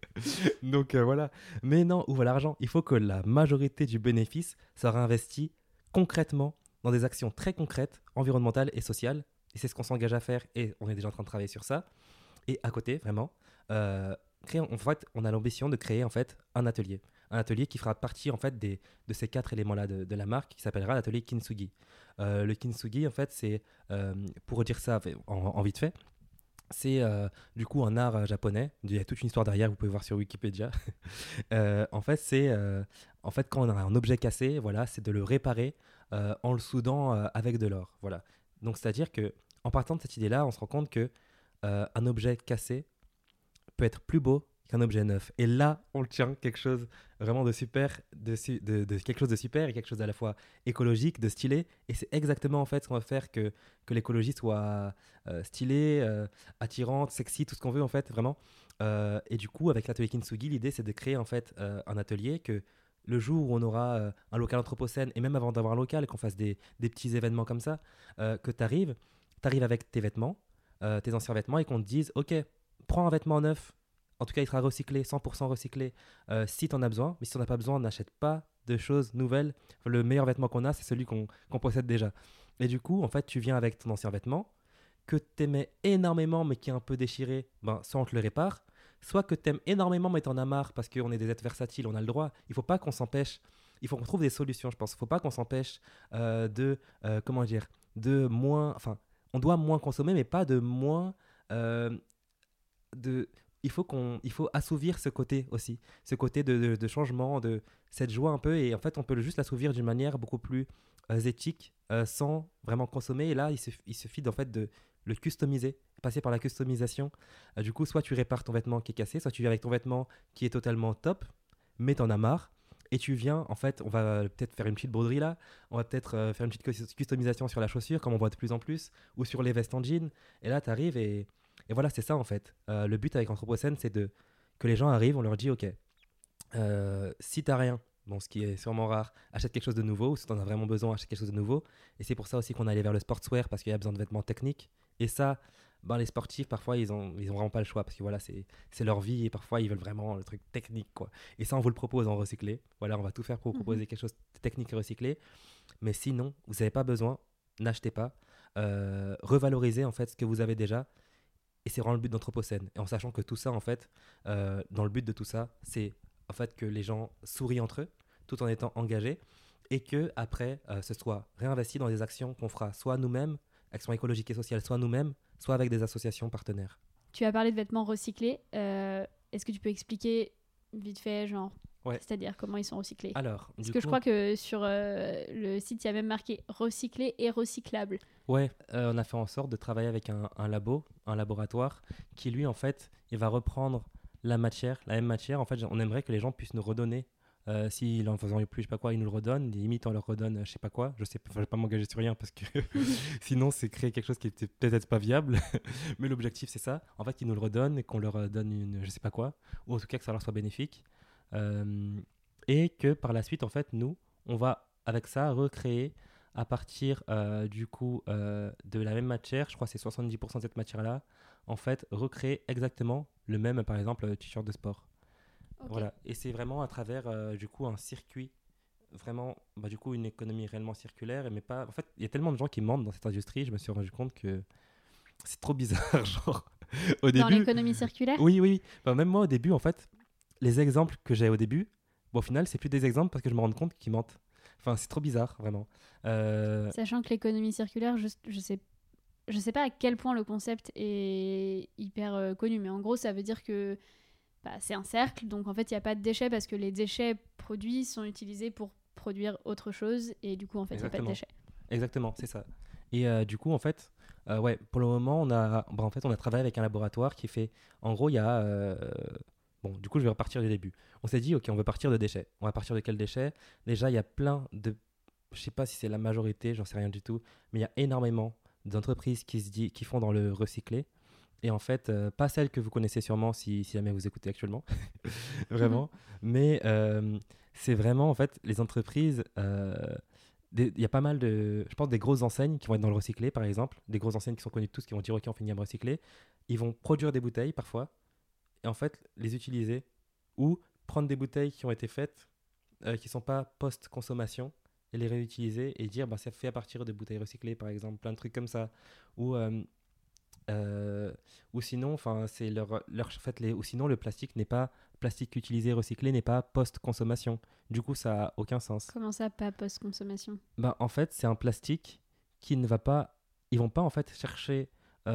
Donc, euh, voilà. Mais non, où va l'argent? Il faut que la majorité du bénéfice soit réinvesti concrètement dans des actions très concrètes, environnementales et sociales, et c'est ce qu'on s'engage à faire, et on est déjà en train de travailler sur ça. Et à côté, vraiment, euh, créer, en fait, on a l'ambition de créer en fait un atelier. Un atelier qui fera partie en fait des, de ces quatre éléments-là de, de la marque, qui s'appellera l'atelier Kintsugi. Euh, le Kintsugi, en fait, c'est, euh, pour dire ça en, en vite fait, c'est euh, du coup un art euh, japonais. Il y a toute une histoire derrière, vous pouvez voir sur Wikipédia. Euh, en fait, c'est euh, en fait quand on a un objet cassé, voilà, c'est de le réparer euh, en le soudant euh, avec de l'or. Voilà. Donc c'est-à-dire que en partant de cette idée-là, on se rend compte que euh, un objet cassé peut être plus beau qu'un objet neuf. Et là, on le tient quelque chose vraiment de super, de, su- de, de quelque chose de super et quelque chose à la fois écologique, de stylé. Et c'est exactement en fait ce qu'on va faire que, que l'écologie soit euh, stylée, euh, attirante, sexy, tout ce qu'on veut en fait, vraiment. Euh, et du coup, avec l'atelier Kintsugi, l'idée c'est de créer en fait euh, un atelier que le jour où on aura euh, un local anthropocène, et même avant d'avoir un local, qu'on fasse des, des petits événements comme ça, euh, que tu arrives, tu arrives avec tes vêtements, euh, tes anciens vêtements, et qu'on te dise, ok, prends un vêtement neuf, en tout cas il sera recyclé, cent pour cent recyclé, euh, si tu en as besoin, mais si tu n'en as pas besoin, n'achète pas de choses nouvelles. Le meilleur vêtement qu'on a, c'est celui qu'on qu'on possède déjà. Et du coup, en fait, tu viens avec ton ancien vêtement, que tu aimais énormément, mais qui est un peu déchiré, ben, soit on te le répare, soit que tu aimes énormément, mais tu en as marre, parce qu'on est des êtres versatiles, on a le droit. Il ne faut pas qu'on s'empêche, il faut qu'on trouve des solutions, je pense. Il ne faut pas qu'on s'empêche euh, de, euh, comment dire, de moins, enfin, on doit moins consommer, mais pas de moins... euh, de, il faut qu'on, il faut assouvir ce côté aussi, ce côté de, de, de changement, de cette joie un peu, et en fait on peut juste l'assouvir d'une manière beaucoup plus euh, éthique, euh, sans vraiment consommer. Et là il suffit, il suffit en fait de le customiser, passer par la customisation. Euh, du coup, soit tu répares ton vêtement qui est cassé, soit tu viens avec ton vêtement qui est totalement top, mais t'en as marre. Et tu viens, en fait, on va peut-être faire une petite broderie là, on va peut-être euh, faire une petite customisation sur la chaussure, comme on voit de plus en plus, ou sur les vestes en jean. Et là, tu arrives et, et voilà, c'est ça en fait. Euh, le but avec Anthropocène, c'est de, que les gens arrivent, on leur dit, ok, euh, si t'as rien, bon, ce qui est sûrement rare, achète quelque chose de nouveau, ou si t'en as vraiment besoin, achète quelque chose de nouveau. Et c'est pour ça aussi qu'on est allé vers le sportswear, parce qu'il y a besoin de vêtements techniques. Et ça, ben, les sportifs, parfois, ils ont, ils ont vraiment pas le choix, parce que voilà, c'est, c'est leur vie, et parfois, ils veulent vraiment le truc technique, quoi. Et ça, on vous le propose en recyclé. Voilà, on va tout faire pour vous Mhm. proposer quelque chose de technique et recyclé. Mais sinon, vous n'avez pas besoin, n'achetez pas. Euh, revalorisez, en fait, ce que vous avez déjà. Et c'est vraiment le but d'Anthropocène. Et en sachant que tout ça, en fait, euh, dans le but de tout ça, c'est en fait que les gens sourient entre eux, tout en étant engagés, et que après, euh, ce soit réinvesti dans des actions qu'on fera soit nous-mêmes, actions écologiques et sociales, soit nous-mêmes, soit avec des associations partenaires. Tu as parlé de vêtements recyclés. Euh, est-ce que tu peux expliquer vite fait, genre, Ouais. c'est-à-dire comment ils sont recyclés? Alors, Parce du que coup- je crois que sur euh, le site, il y a même marqué recyclé et recyclable. Ouais, euh, on a fait en sorte de travailler avec un, un labo, un laboratoire, qui lui, en fait, il va reprendre la matière, la même matière. En fait, on aimerait que les gens puissent nous redonner Euh, S'ils en faisant plus, je sais pas quoi, ils nous le redonnent. Limite, on leur redonne, euh, je sais pas quoi. Je sais, enfin, je vais pas m'engager sur rien parce que sinon, c'est créer quelque chose qui était peut-être pas viable. Mais l'objectif, c'est ça. En fait, qu'ils nous le redonnent et qu'on leur euh, donne une, je sais pas quoi, ou en tout cas que ça leur soit bénéfique. Euh, et que par la suite, en fait, nous, on va avec ça recréer à partir euh, du coup euh, de la même matière. Je crois que c'est soixante-dix pour cent de cette matière-là. En fait, recréer exactement le même, par exemple, euh, t-shirt de sport. Okay. Voilà, et c'est vraiment à travers euh, du coup un circuit, vraiment, bah, du coup une économie réellement circulaire, mais pas. En fait, il y a tellement de gens qui mentent dans cette industrie, je me suis rendu compte que c'est trop bizarre, genre. Au dans début, l'économie circulaire. Oui, oui, oui. Enfin, même moi au début, en fait, les exemples que j'avais au début, bon, au final, c'est plus des exemples parce que je me rends compte qu'ils mentent. Enfin, c'est trop bizarre, vraiment. Euh... Sachant que l'économie circulaire, je, je sais. Je sais pas à quel point le concept est hyper euh, connu, mais en gros, ça veut dire que bah, c'est un cercle, donc en fait, il n'y a pas de déchets parce que les déchets produits sont utilisés pour produire autre chose, et du coup, en fait, il n'y a pas de déchets. Exactement, c'est ça. Et euh, du coup, en fait, euh, ouais, pour le moment, on a, bah, en fait, on a travaillé avec un laboratoire qui fait, en gros, il y a, euh, bon, du coup, je vais repartir du début. On s'est dit, ok, on veut partir de déchets. On va partir de quels déchets? Déjà, il y a plein de, je sais pas si c'est la majorité, j'en sais rien du tout, mais il y a énormément d'entreprises qui se dit, qui font dans le recyclé. Et en fait, euh, pas celles que vous connaissez sûrement si, si jamais vous écoutez actuellement, vraiment. Mais euh, c'est vraiment, en fait, les entreprises, il euh, y a pas mal de, je pense, des grosses enseignes qui vont être dans le recyclé, par exemple. Des grosses enseignes qui sont connues de tous, qui vont dire, OK, on fait une gamme recyclée. Ils vont produire des bouteilles, parfois, et en fait, les utiliser. Ou prendre des bouteilles qui ont été faites, euh, qui ne sont pas post-consommation, et les réutiliser et dire, bah, c'est fait à partir de bouteilles recyclées, par exemple. Plein de trucs comme ça. Ou... Euh, Euh, ou sinon, enfin, c'est leur, leur, en fait, les, ou sinon le plastique n'est pas plastique utilisé, recyclé n'est pas post-consommation. Du coup, ça a aucun sens. Comment ça, pas post-consommation? Bah, en fait, c'est un plastique qui ne va pas. Ils vont pas en fait chercher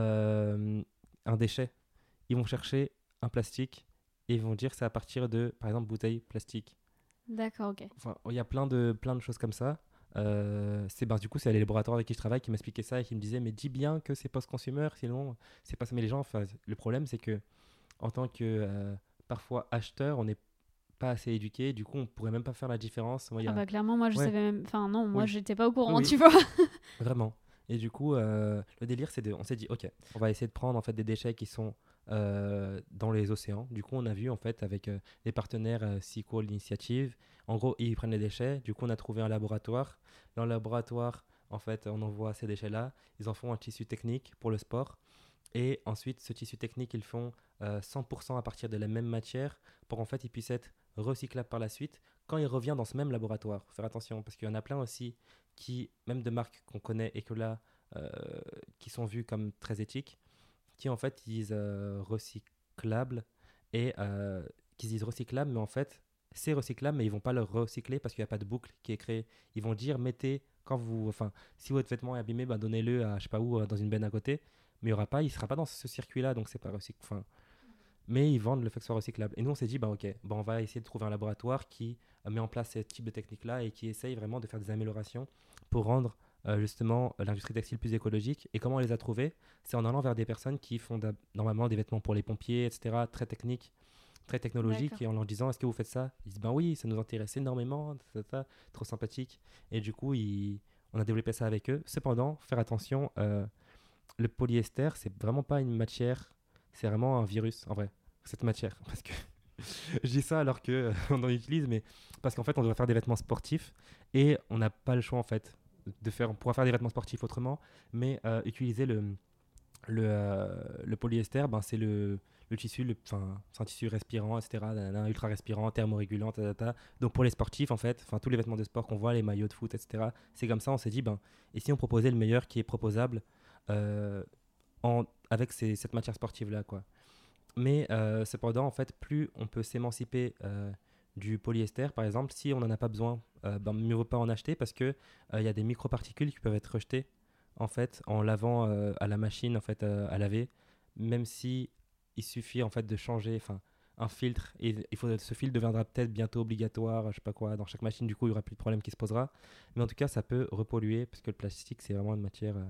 euh, un déchet. Ils vont chercher un plastique et ils vont dire que c'est à partir de, par exemple, bouteilles plastiques. D'accord, ok. Enfin, il y a plein de plein de choses comme ça. Euh, c'est bah, du coup c'est les laboratoires avec qui je travaille qui m'expliquaient ça et qui me disaient mais dis bien que c'est post-consumer sinon c'est pas ça. Mais les gens, le problème c'est que en tant que euh, parfois acheteur on n'est pas assez éduqué, du coup on pourrait même pas faire la différence. Moi, y a... ah bah clairement moi je ouais. savais même enfin non moi oui. j'étais pas au courant, oui, tu oui. vois. Vraiment. Et du coup euh, le délire c'est de on s'est dit ok on va essayer de prendre en fait des déchets qui sont euh, dans les océans. Du coup on a vu en fait avec euh, les partenaires euh, Sequoia Initiative. En gros, ils prennent les déchets. Du coup, on a trouvé un laboratoire. Dans le laboratoire, en fait, on envoie ces déchets-là. Ils en font un tissu technique pour le sport. Et ensuite, ce tissu technique, ils font euh, cent pour cent à partir de la même matière pour en fait, il puisse être recyclable par la suite quand il revient dans ce même laboratoire. Faut faire attention parce qu'il y en a plein aussi qui, même de marques qu'on connaît et que là, euh, qui sont vues comme très éthiques, qui en fait disent euh, recyclable et euh, qui disent recyclable, mais en fait, c'est recyclable, mais ils vont pas le recycler parce qu'il n'y a pas de boucle qui est créée. Ils vont dire, mettez, quand vous, enfin, si votre vêtement est abîmé, bah, donnez-le à, je sais pas où, dans une benne à côté. Mais il y aura pas, il sera pas dans ce circuit-là, donc c'est pas recyclable. Enfin, mais ils vendent le fait que ce soit recyclable. Et nous, on s'est dit, bah ok, bah, on va essayer de trouver un laboratoire qui euh, met en place ce type de technique-là et qui essaye vraiment de faire des améliorations pour rendre euh, justement l'industrie textile plus écologique. Et comment on les a trouvés? C'est en allant vers des personnes qui font normalement des vêtements pour les pompiers, et cetera, très techniques, très technologique. D'accord. Et en leur disant est-ce que vous faites ça, ils disent ben oui, ça nous intéresse énormément, ça, ça, trop sympathique. Et du coup ils, on a développé ça avec eux. Cependant, faire attention, euh, le polyester c'est vraiment pas une matière, c'est vraiment un virus en vrai, cette matière. Parce que je dis ça alors qu'on en utilise, mais parce qu'en fait on doit faire des vêtements sportifs et on n'a pas le choix en fait de faire, on pourra faire des vêtements sportifs autrement, mais euh, utiliser le, le, euh, le polyester, ben, c'est le le tissu, le, c'est un tissu respirant, et cetera, ultra respirant, thermorégulant, tata. Donc pour les sportifs, en fait, tous les vêtements de sport qu'on voit, les maillots de foot, et cetera, c'est comme ça, on s'est dit, ben, et si on proposait le meilleur qui est proposable euh, en, avec ces, cette matière sportive-là, quoi. Mais euh, cependant, en fait, plus on peut s'émanciper euh, du polyester, par exemple, si on n'en a pas besoin, euh, ben, mieux vaut pas en acheter parce qu'il euh, y a des microparticules qui peuvent être rejetées, en fait, en lavant euh, à la machine, en fait, euh, à laver, même si il suffit en fait de changer enfin un filtre et il faut, ce filtre deviendra peut-être bientôt obligatoire, je sais pas quoi, dans chaque machine. Du coup il y aura plus de problème qui se posera, mais en tout cas ça peut repolluer parce que le plastique c'est vraiment une matière euh,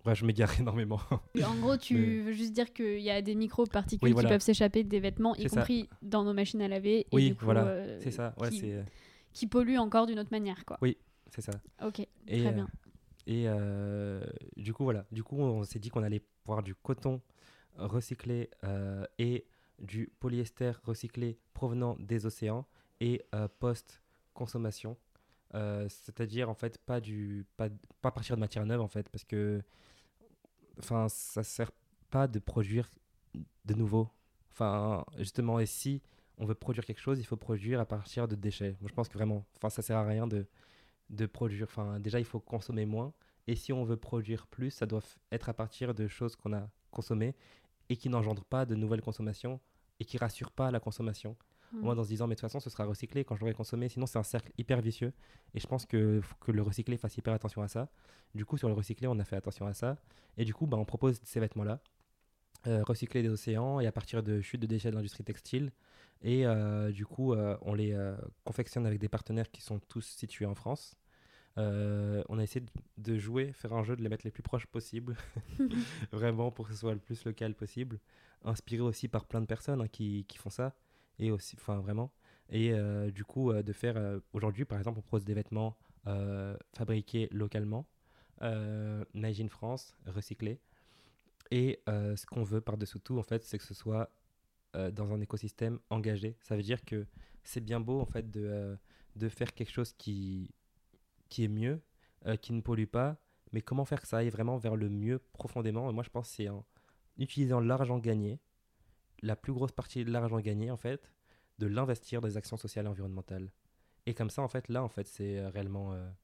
Ouais, je m'égare énormément. En gros, tu Mais... veux juste dire qu'il y a des micro-particules oui, voilà. qui peuvent s'échapper des vêtements, y c'est compris ça. dans nos machines à laver. Oui, et du coup, voilà, euh, c'est ça. Ouais, qui, c'est... qui polluent encore d'une autre manière, quoi. Oui, c'est ça. Ok, et, très euh, bien. Et euh, du coup, voilà. Du coup, on s'est dit qu'on allait pouvoir du coton recyclé euh, et du polyester recyclé provenant des océans et euh, post-consommation. Euh, c'est-à-dire, en fait, pas, du, pas, pas partir de matière neuve, en fait, parce que enfin, ça ne sert pas de produire de nouveau. Enfin, justement, et si on veut produire quelque chose, il faut produire à partir de déchets. Moi, je pense que vraiment, enfin, ça ne sert à rien de, de produire. Enfin, déjà, il faut consommer moins. Et si on veut produire plus, ça doit f- être à partir de choses qu'on a consommées et qui n'engendrent pas de nouvelles consommations et qui ne rassurent pas la consommation. Mmh. Au moins, dans se disant, mais de toute façon, ce sera recyclé quand je l'aurai consommé. Sinon, c'est un cercle hyper vicieux. Et je pense qu'il faut que le recyclé fasse hyper attention à ça. Du coup, sur le recyclé, on a fait attention à ça. Et du coup, bah, on propose ces vêtements-là. Euh, recycler des océans et à partir de chutes de déchets de l'industrie textile. Et euh, du coup, euh, on les euh, confectionne avec des partenaires qui sont tous situés en France. Euh, on a essayé de jouer, faire un jeu, de les mettre les plus proches possible, vraiment pour que ce soit le plus local possible. Inspiré aussi par plein de personnes hein, qui, qui font ça, et aussi, enfin vraiment. Et euh, du coup, euh, de faire euh, aujourd'hui, par exemple, on propose des vêtements euh, fabriqués localement, euh, made in France, recyclés. Et euh, ce qu'on veut par-dessous tout, en fait, c'est que ce soit euh, dans un écosystème engagé. Ça veut dire que c'est bien beau, en fait, de, euh, de faire quelque chose qui, qui est mieux, euh, qui ne pollue pas, mais comment faire que ça aille vraiment vers le mieux profondément. Et moi, je pense que c'est en utilisant l'argent gagné, la plus grosse partie de l'argent gagné, en fait, de l'investir dans des actions sociales et environnementales. Et comme ça, en fait, là, en fait, c'est euh, réellement euh,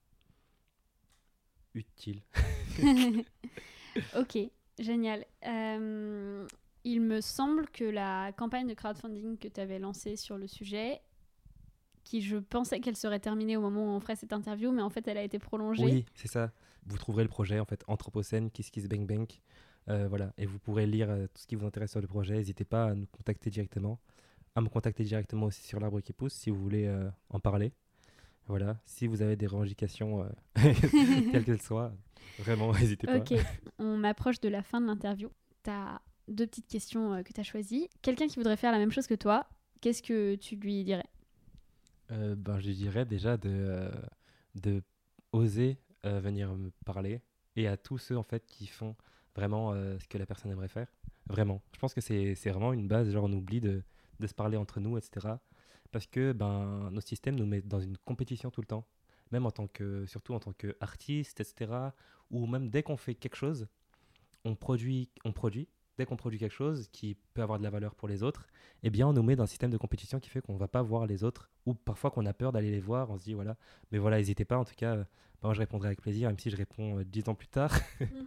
utile. Ok. Génial. Euh, il me semble que la campagne de crowdfunding que tu avais lancée sur le sujet, qui je pensais qu'elle serait terminée au moment où on ferait cette interview, mais en fait elle a été prolongée. Oui, c'est ça. Vous trouverez le projet en fait Anthropocène, Kiss Kiss Bang Bang. Euh, voilà. Et vous pourrez lire euh, tout ce qui vous intéresse sur le projet. N'hésitez pas à nous contacter directement. À me contacter directement aussi sur l'Arbre qui pousse si vous voulez euh, en parler. Voilà. Si vous avez des revendications, euh, quelles qu'elles soient, vraiment, n'hésitez pas. Ok, on approche de la fin de l'interview. Tu as deux petites questions euh, que tu as choisies. Quelqu'un qui voudrait faire la même chose que toi, qu'est-ce que tu lui dirais ? euh, ben, Je dirais déjà de, euh, de oser euh, venir me parler. Et à tous ceux en fait, qui font vraiment euh, ce que la personne aimerait faire. Vraiment. Je pense que c'est, c'est vraiment une base. Genre, on oublie de, de se parler entre nous, et cetera. Parce que ben, nos systèmes nous mettent dans une compétition tout le temps. Même en tant que, surtout en tant qu'artiste, et cetera. Ou même dès qu'on fait quelque chose, on produit, on produit. Dès qu'on produit quelque chose qui peut avoir de la valeur pour les autres, eh bien, on nous met dans un système de compétition qui fait qu'on ne va pas voir les autres. Ou parfois qu'on a peur d'aller les voir. On se dit, voilà. Mais voilà, n'hésitez pas. En tout cas, euh, ben, je répondrai avec plaisir. Même si je réponds euh, dix ans plus tard.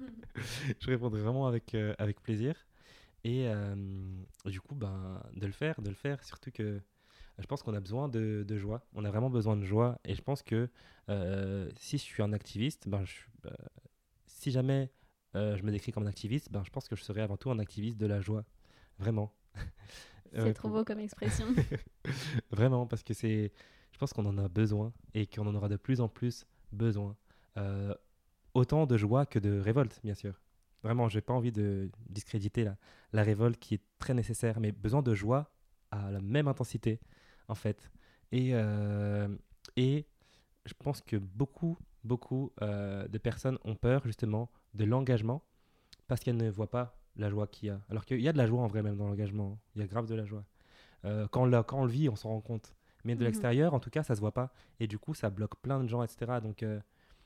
Je répondrai vraiment avec, euh, avec plaisir. Et euh, du coup, ben, de le faire, de le faire. Surtout que je pense qu'on a besoin de, de joie. On a vraiment besoin de joie. Et je pense que euh, si je suis un activiste, ben, je, euh, si jamais euh, je me décris comme un activiste, ben, je pense que je serai avant tout un activiste de la joie. Vraiment. C'est euh, trop beau comme expression. Vraiment, parce que c'est, je pense qu'on en a besoin et qu'on en aura de plus en plus besoin. Euh, autant de joie que de révolte, bien sûr. Vraiment, je n'ai pas envie de discréditer la, la révolte qui est très nécessaire, mais besoin de joie à la même intensité, en fait. Et, euh, et je pense que beaucoup, beaucoup euh, de personnes ont peur, justement, de l'engagement parce qu'elles ne voient pas la joie qu'il y a. Alors qu'il y a de la joie, en vrai, même dans l'engagement. Il y a grave de la joie. Euh, quand, on l'a, quand on le vit, on s'en rend compte. Mais de mmh. l'extérieur, en tout cas, ça ne se voit pas. Et du coup, ça bloque plein de gens, et cetera. Donc, euh,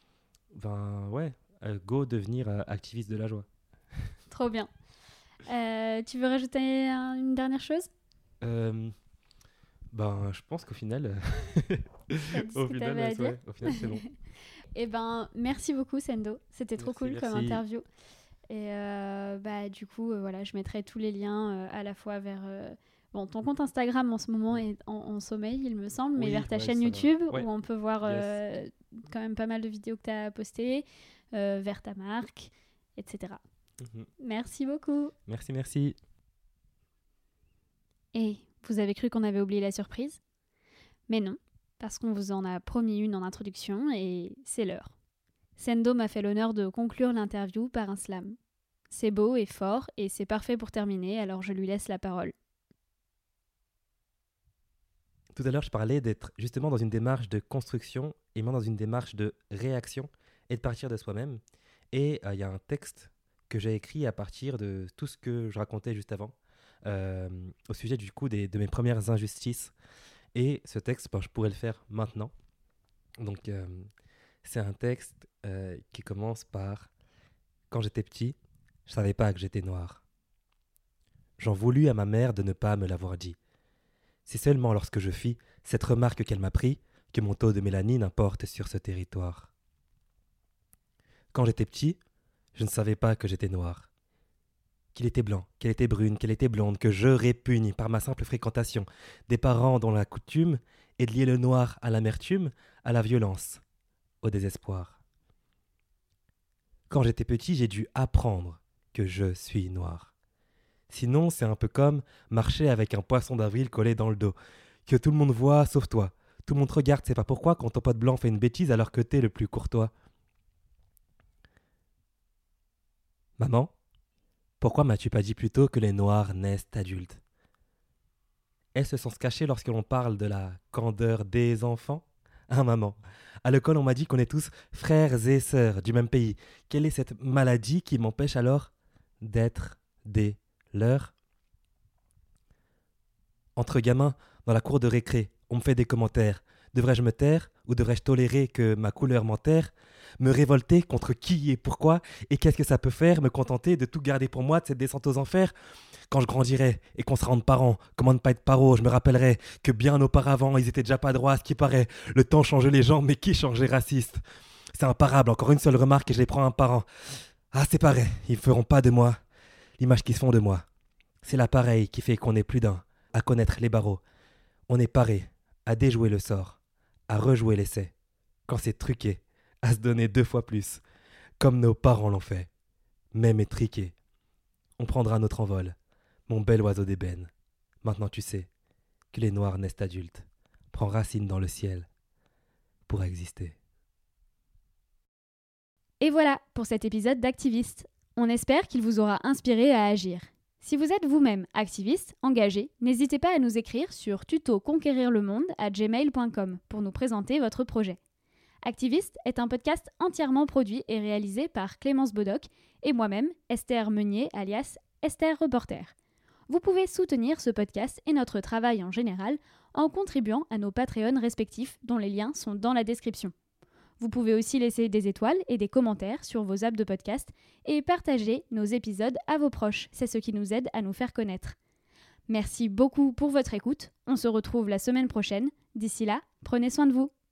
ben, ouais, euh, go devenir euh, activiste de la joie. Trop bien. Euh, tu veux rajouter un, une dernière chose ? Euh, ben, je pense qu'au final, au, final à dire. Ouais, au final, c'est bon. Eh ben, merci beaucoup, Sendo. C'était trop merci, cool merci. comme interview. Et euh, bah, du coup, euh, voilà, je mettrai tous les liens euh, à la fois vers euh, bon, ton compte Instagram en ce moment est en, en sommeil, il me semble, mais oui, vers ta ouais, chaîne YouTube ouais. où on peut voir euh, yes. quand même pas mal de vidéos que tu as postées, euh, vers ta marque, et cetera. Mm-hmm. Merci beaucoup. Merci, merci. Et vous avez cru qu'on avait oublié la surprise ? Mais non, parce qu'on vous en a promis une en introduction et c'est l'heure. Sendo m'a fait l'honneur de conclure l'interview par un slam. C'est beau et fort, et c'est parfait pour terminer, alors je lui laisse la parole. Tout à l'heure, je parlais d'être justement dans une démarche de construction et moins dans une démarche de réaction et de partir de soi-même. Et il euh, y a un texte que j'ai écrit à partir de tout ce que je racontais juste avant, euh, au sujet du coup des, de mes premières injustices. Et ce texte, ben, je pourrais le faire maintenant. Donc, euh, c'est un texte euh, qui commence par « Quand j'étais petit, je savais pas que j'étais noir. J'en voulus à ma mère de ne pas me l'avoir dit. C'est seulement lorsque je fis cette remarque qu'elle m'a pris que mon taux de mélanine importe sur ce territoire. Quand j'étais petit, je ne savais pas que j'étais noir. Qu'il était blanc, qu'elle était brune, qu'elle était blonde, que je répugne par ma simple fréquentation des parents dont la coutume est de lier le noir à l'amertume, à la violence, au désespoir. Quand j'étais petit, j'ai dû apprendre que je suis noir. Sinon, c'est un peu comme marcher avec un poisson d'avril collé dans le dos, que tout le monde voit sauf toi. Tout le monde te regarde, c'est pas pourquoi quand ton pote blanc fait une bêtise alors que t'es le plus courtois. Maman, pourquoi m'as-tu pas dit plus tôt que les noirs naissent adultes? Est-ce sans se cacher lorsque l'on parle de la candeur des enfants? Ah maman, à l'école on m'a dit qu'on est tous frères et sœurs du même pays. Quelle est cette maladie qui m'empêche alors d'être des leurs? Entre gamins, dans la cour de récré, on me fait des commentaires. Devrais-je me taire ou devrais-je tolérer que ma couleur m'enterre? Me révolter contre qui et pourquoi? Et qu'est-ce que ça peut faire? Me contenter de tout garder pour moi de cette descente aux enfers? Quand je grandirai et qu'on sera en parents, comment ne pas être paro? Je me rappellerai que bien auparavant, ils étaient déjà pas droits à ce qui paraît. Le temps change les gens, mais qui changeait raciste? C'est imparable, encore une seule remarque et je les prends un par un. Ah, c'est pareil, ils feront pas de moi l'image qu'ils se font de moi. C'est l'appareil qui fait qu'on n'est plus d'un à connaître les barreaux. On est paré à déjouer le sort, à rejouer l'essai. Quand c'est truqué, à se donner deux fois plus, comme nos parents l'ont fait. Même étriqué. On prendra notre envol, mon bel oiseau d'ébène. Maintenant tu sais que les noirs naissent adultes. Prends racine dans le ciel pour exister. Et voilà pour cet épisode d'Activiste. On espère qu'il vous aura inspiré à agir. Si vous êtes vous-même activiste, engagé, n'hésitez pas à nous écrire sur tuto conquérir le monde arobase gmail point com pour nous présenter votre projet. Activiste est un podcast entièrement produit et réalisé par Clémence Bodoc et moi-même, Esther Meunier, alias Esther Reporter. Vous pouvez soutenir ce podcast et notre travail en général en contribuant à nos Patreons respectifs dont les liens sont dans la description. Vous pouvez aussi laisser des étoiles et des commentaires sur vos apps de podcast et partager nos épisodes à vos proches. C'est ce qui nous aide à nous faire connaître. Merci beaucoup pour votre écoute. On se retrouve la semaine prochaine. D'ici là, prenez soin de vous.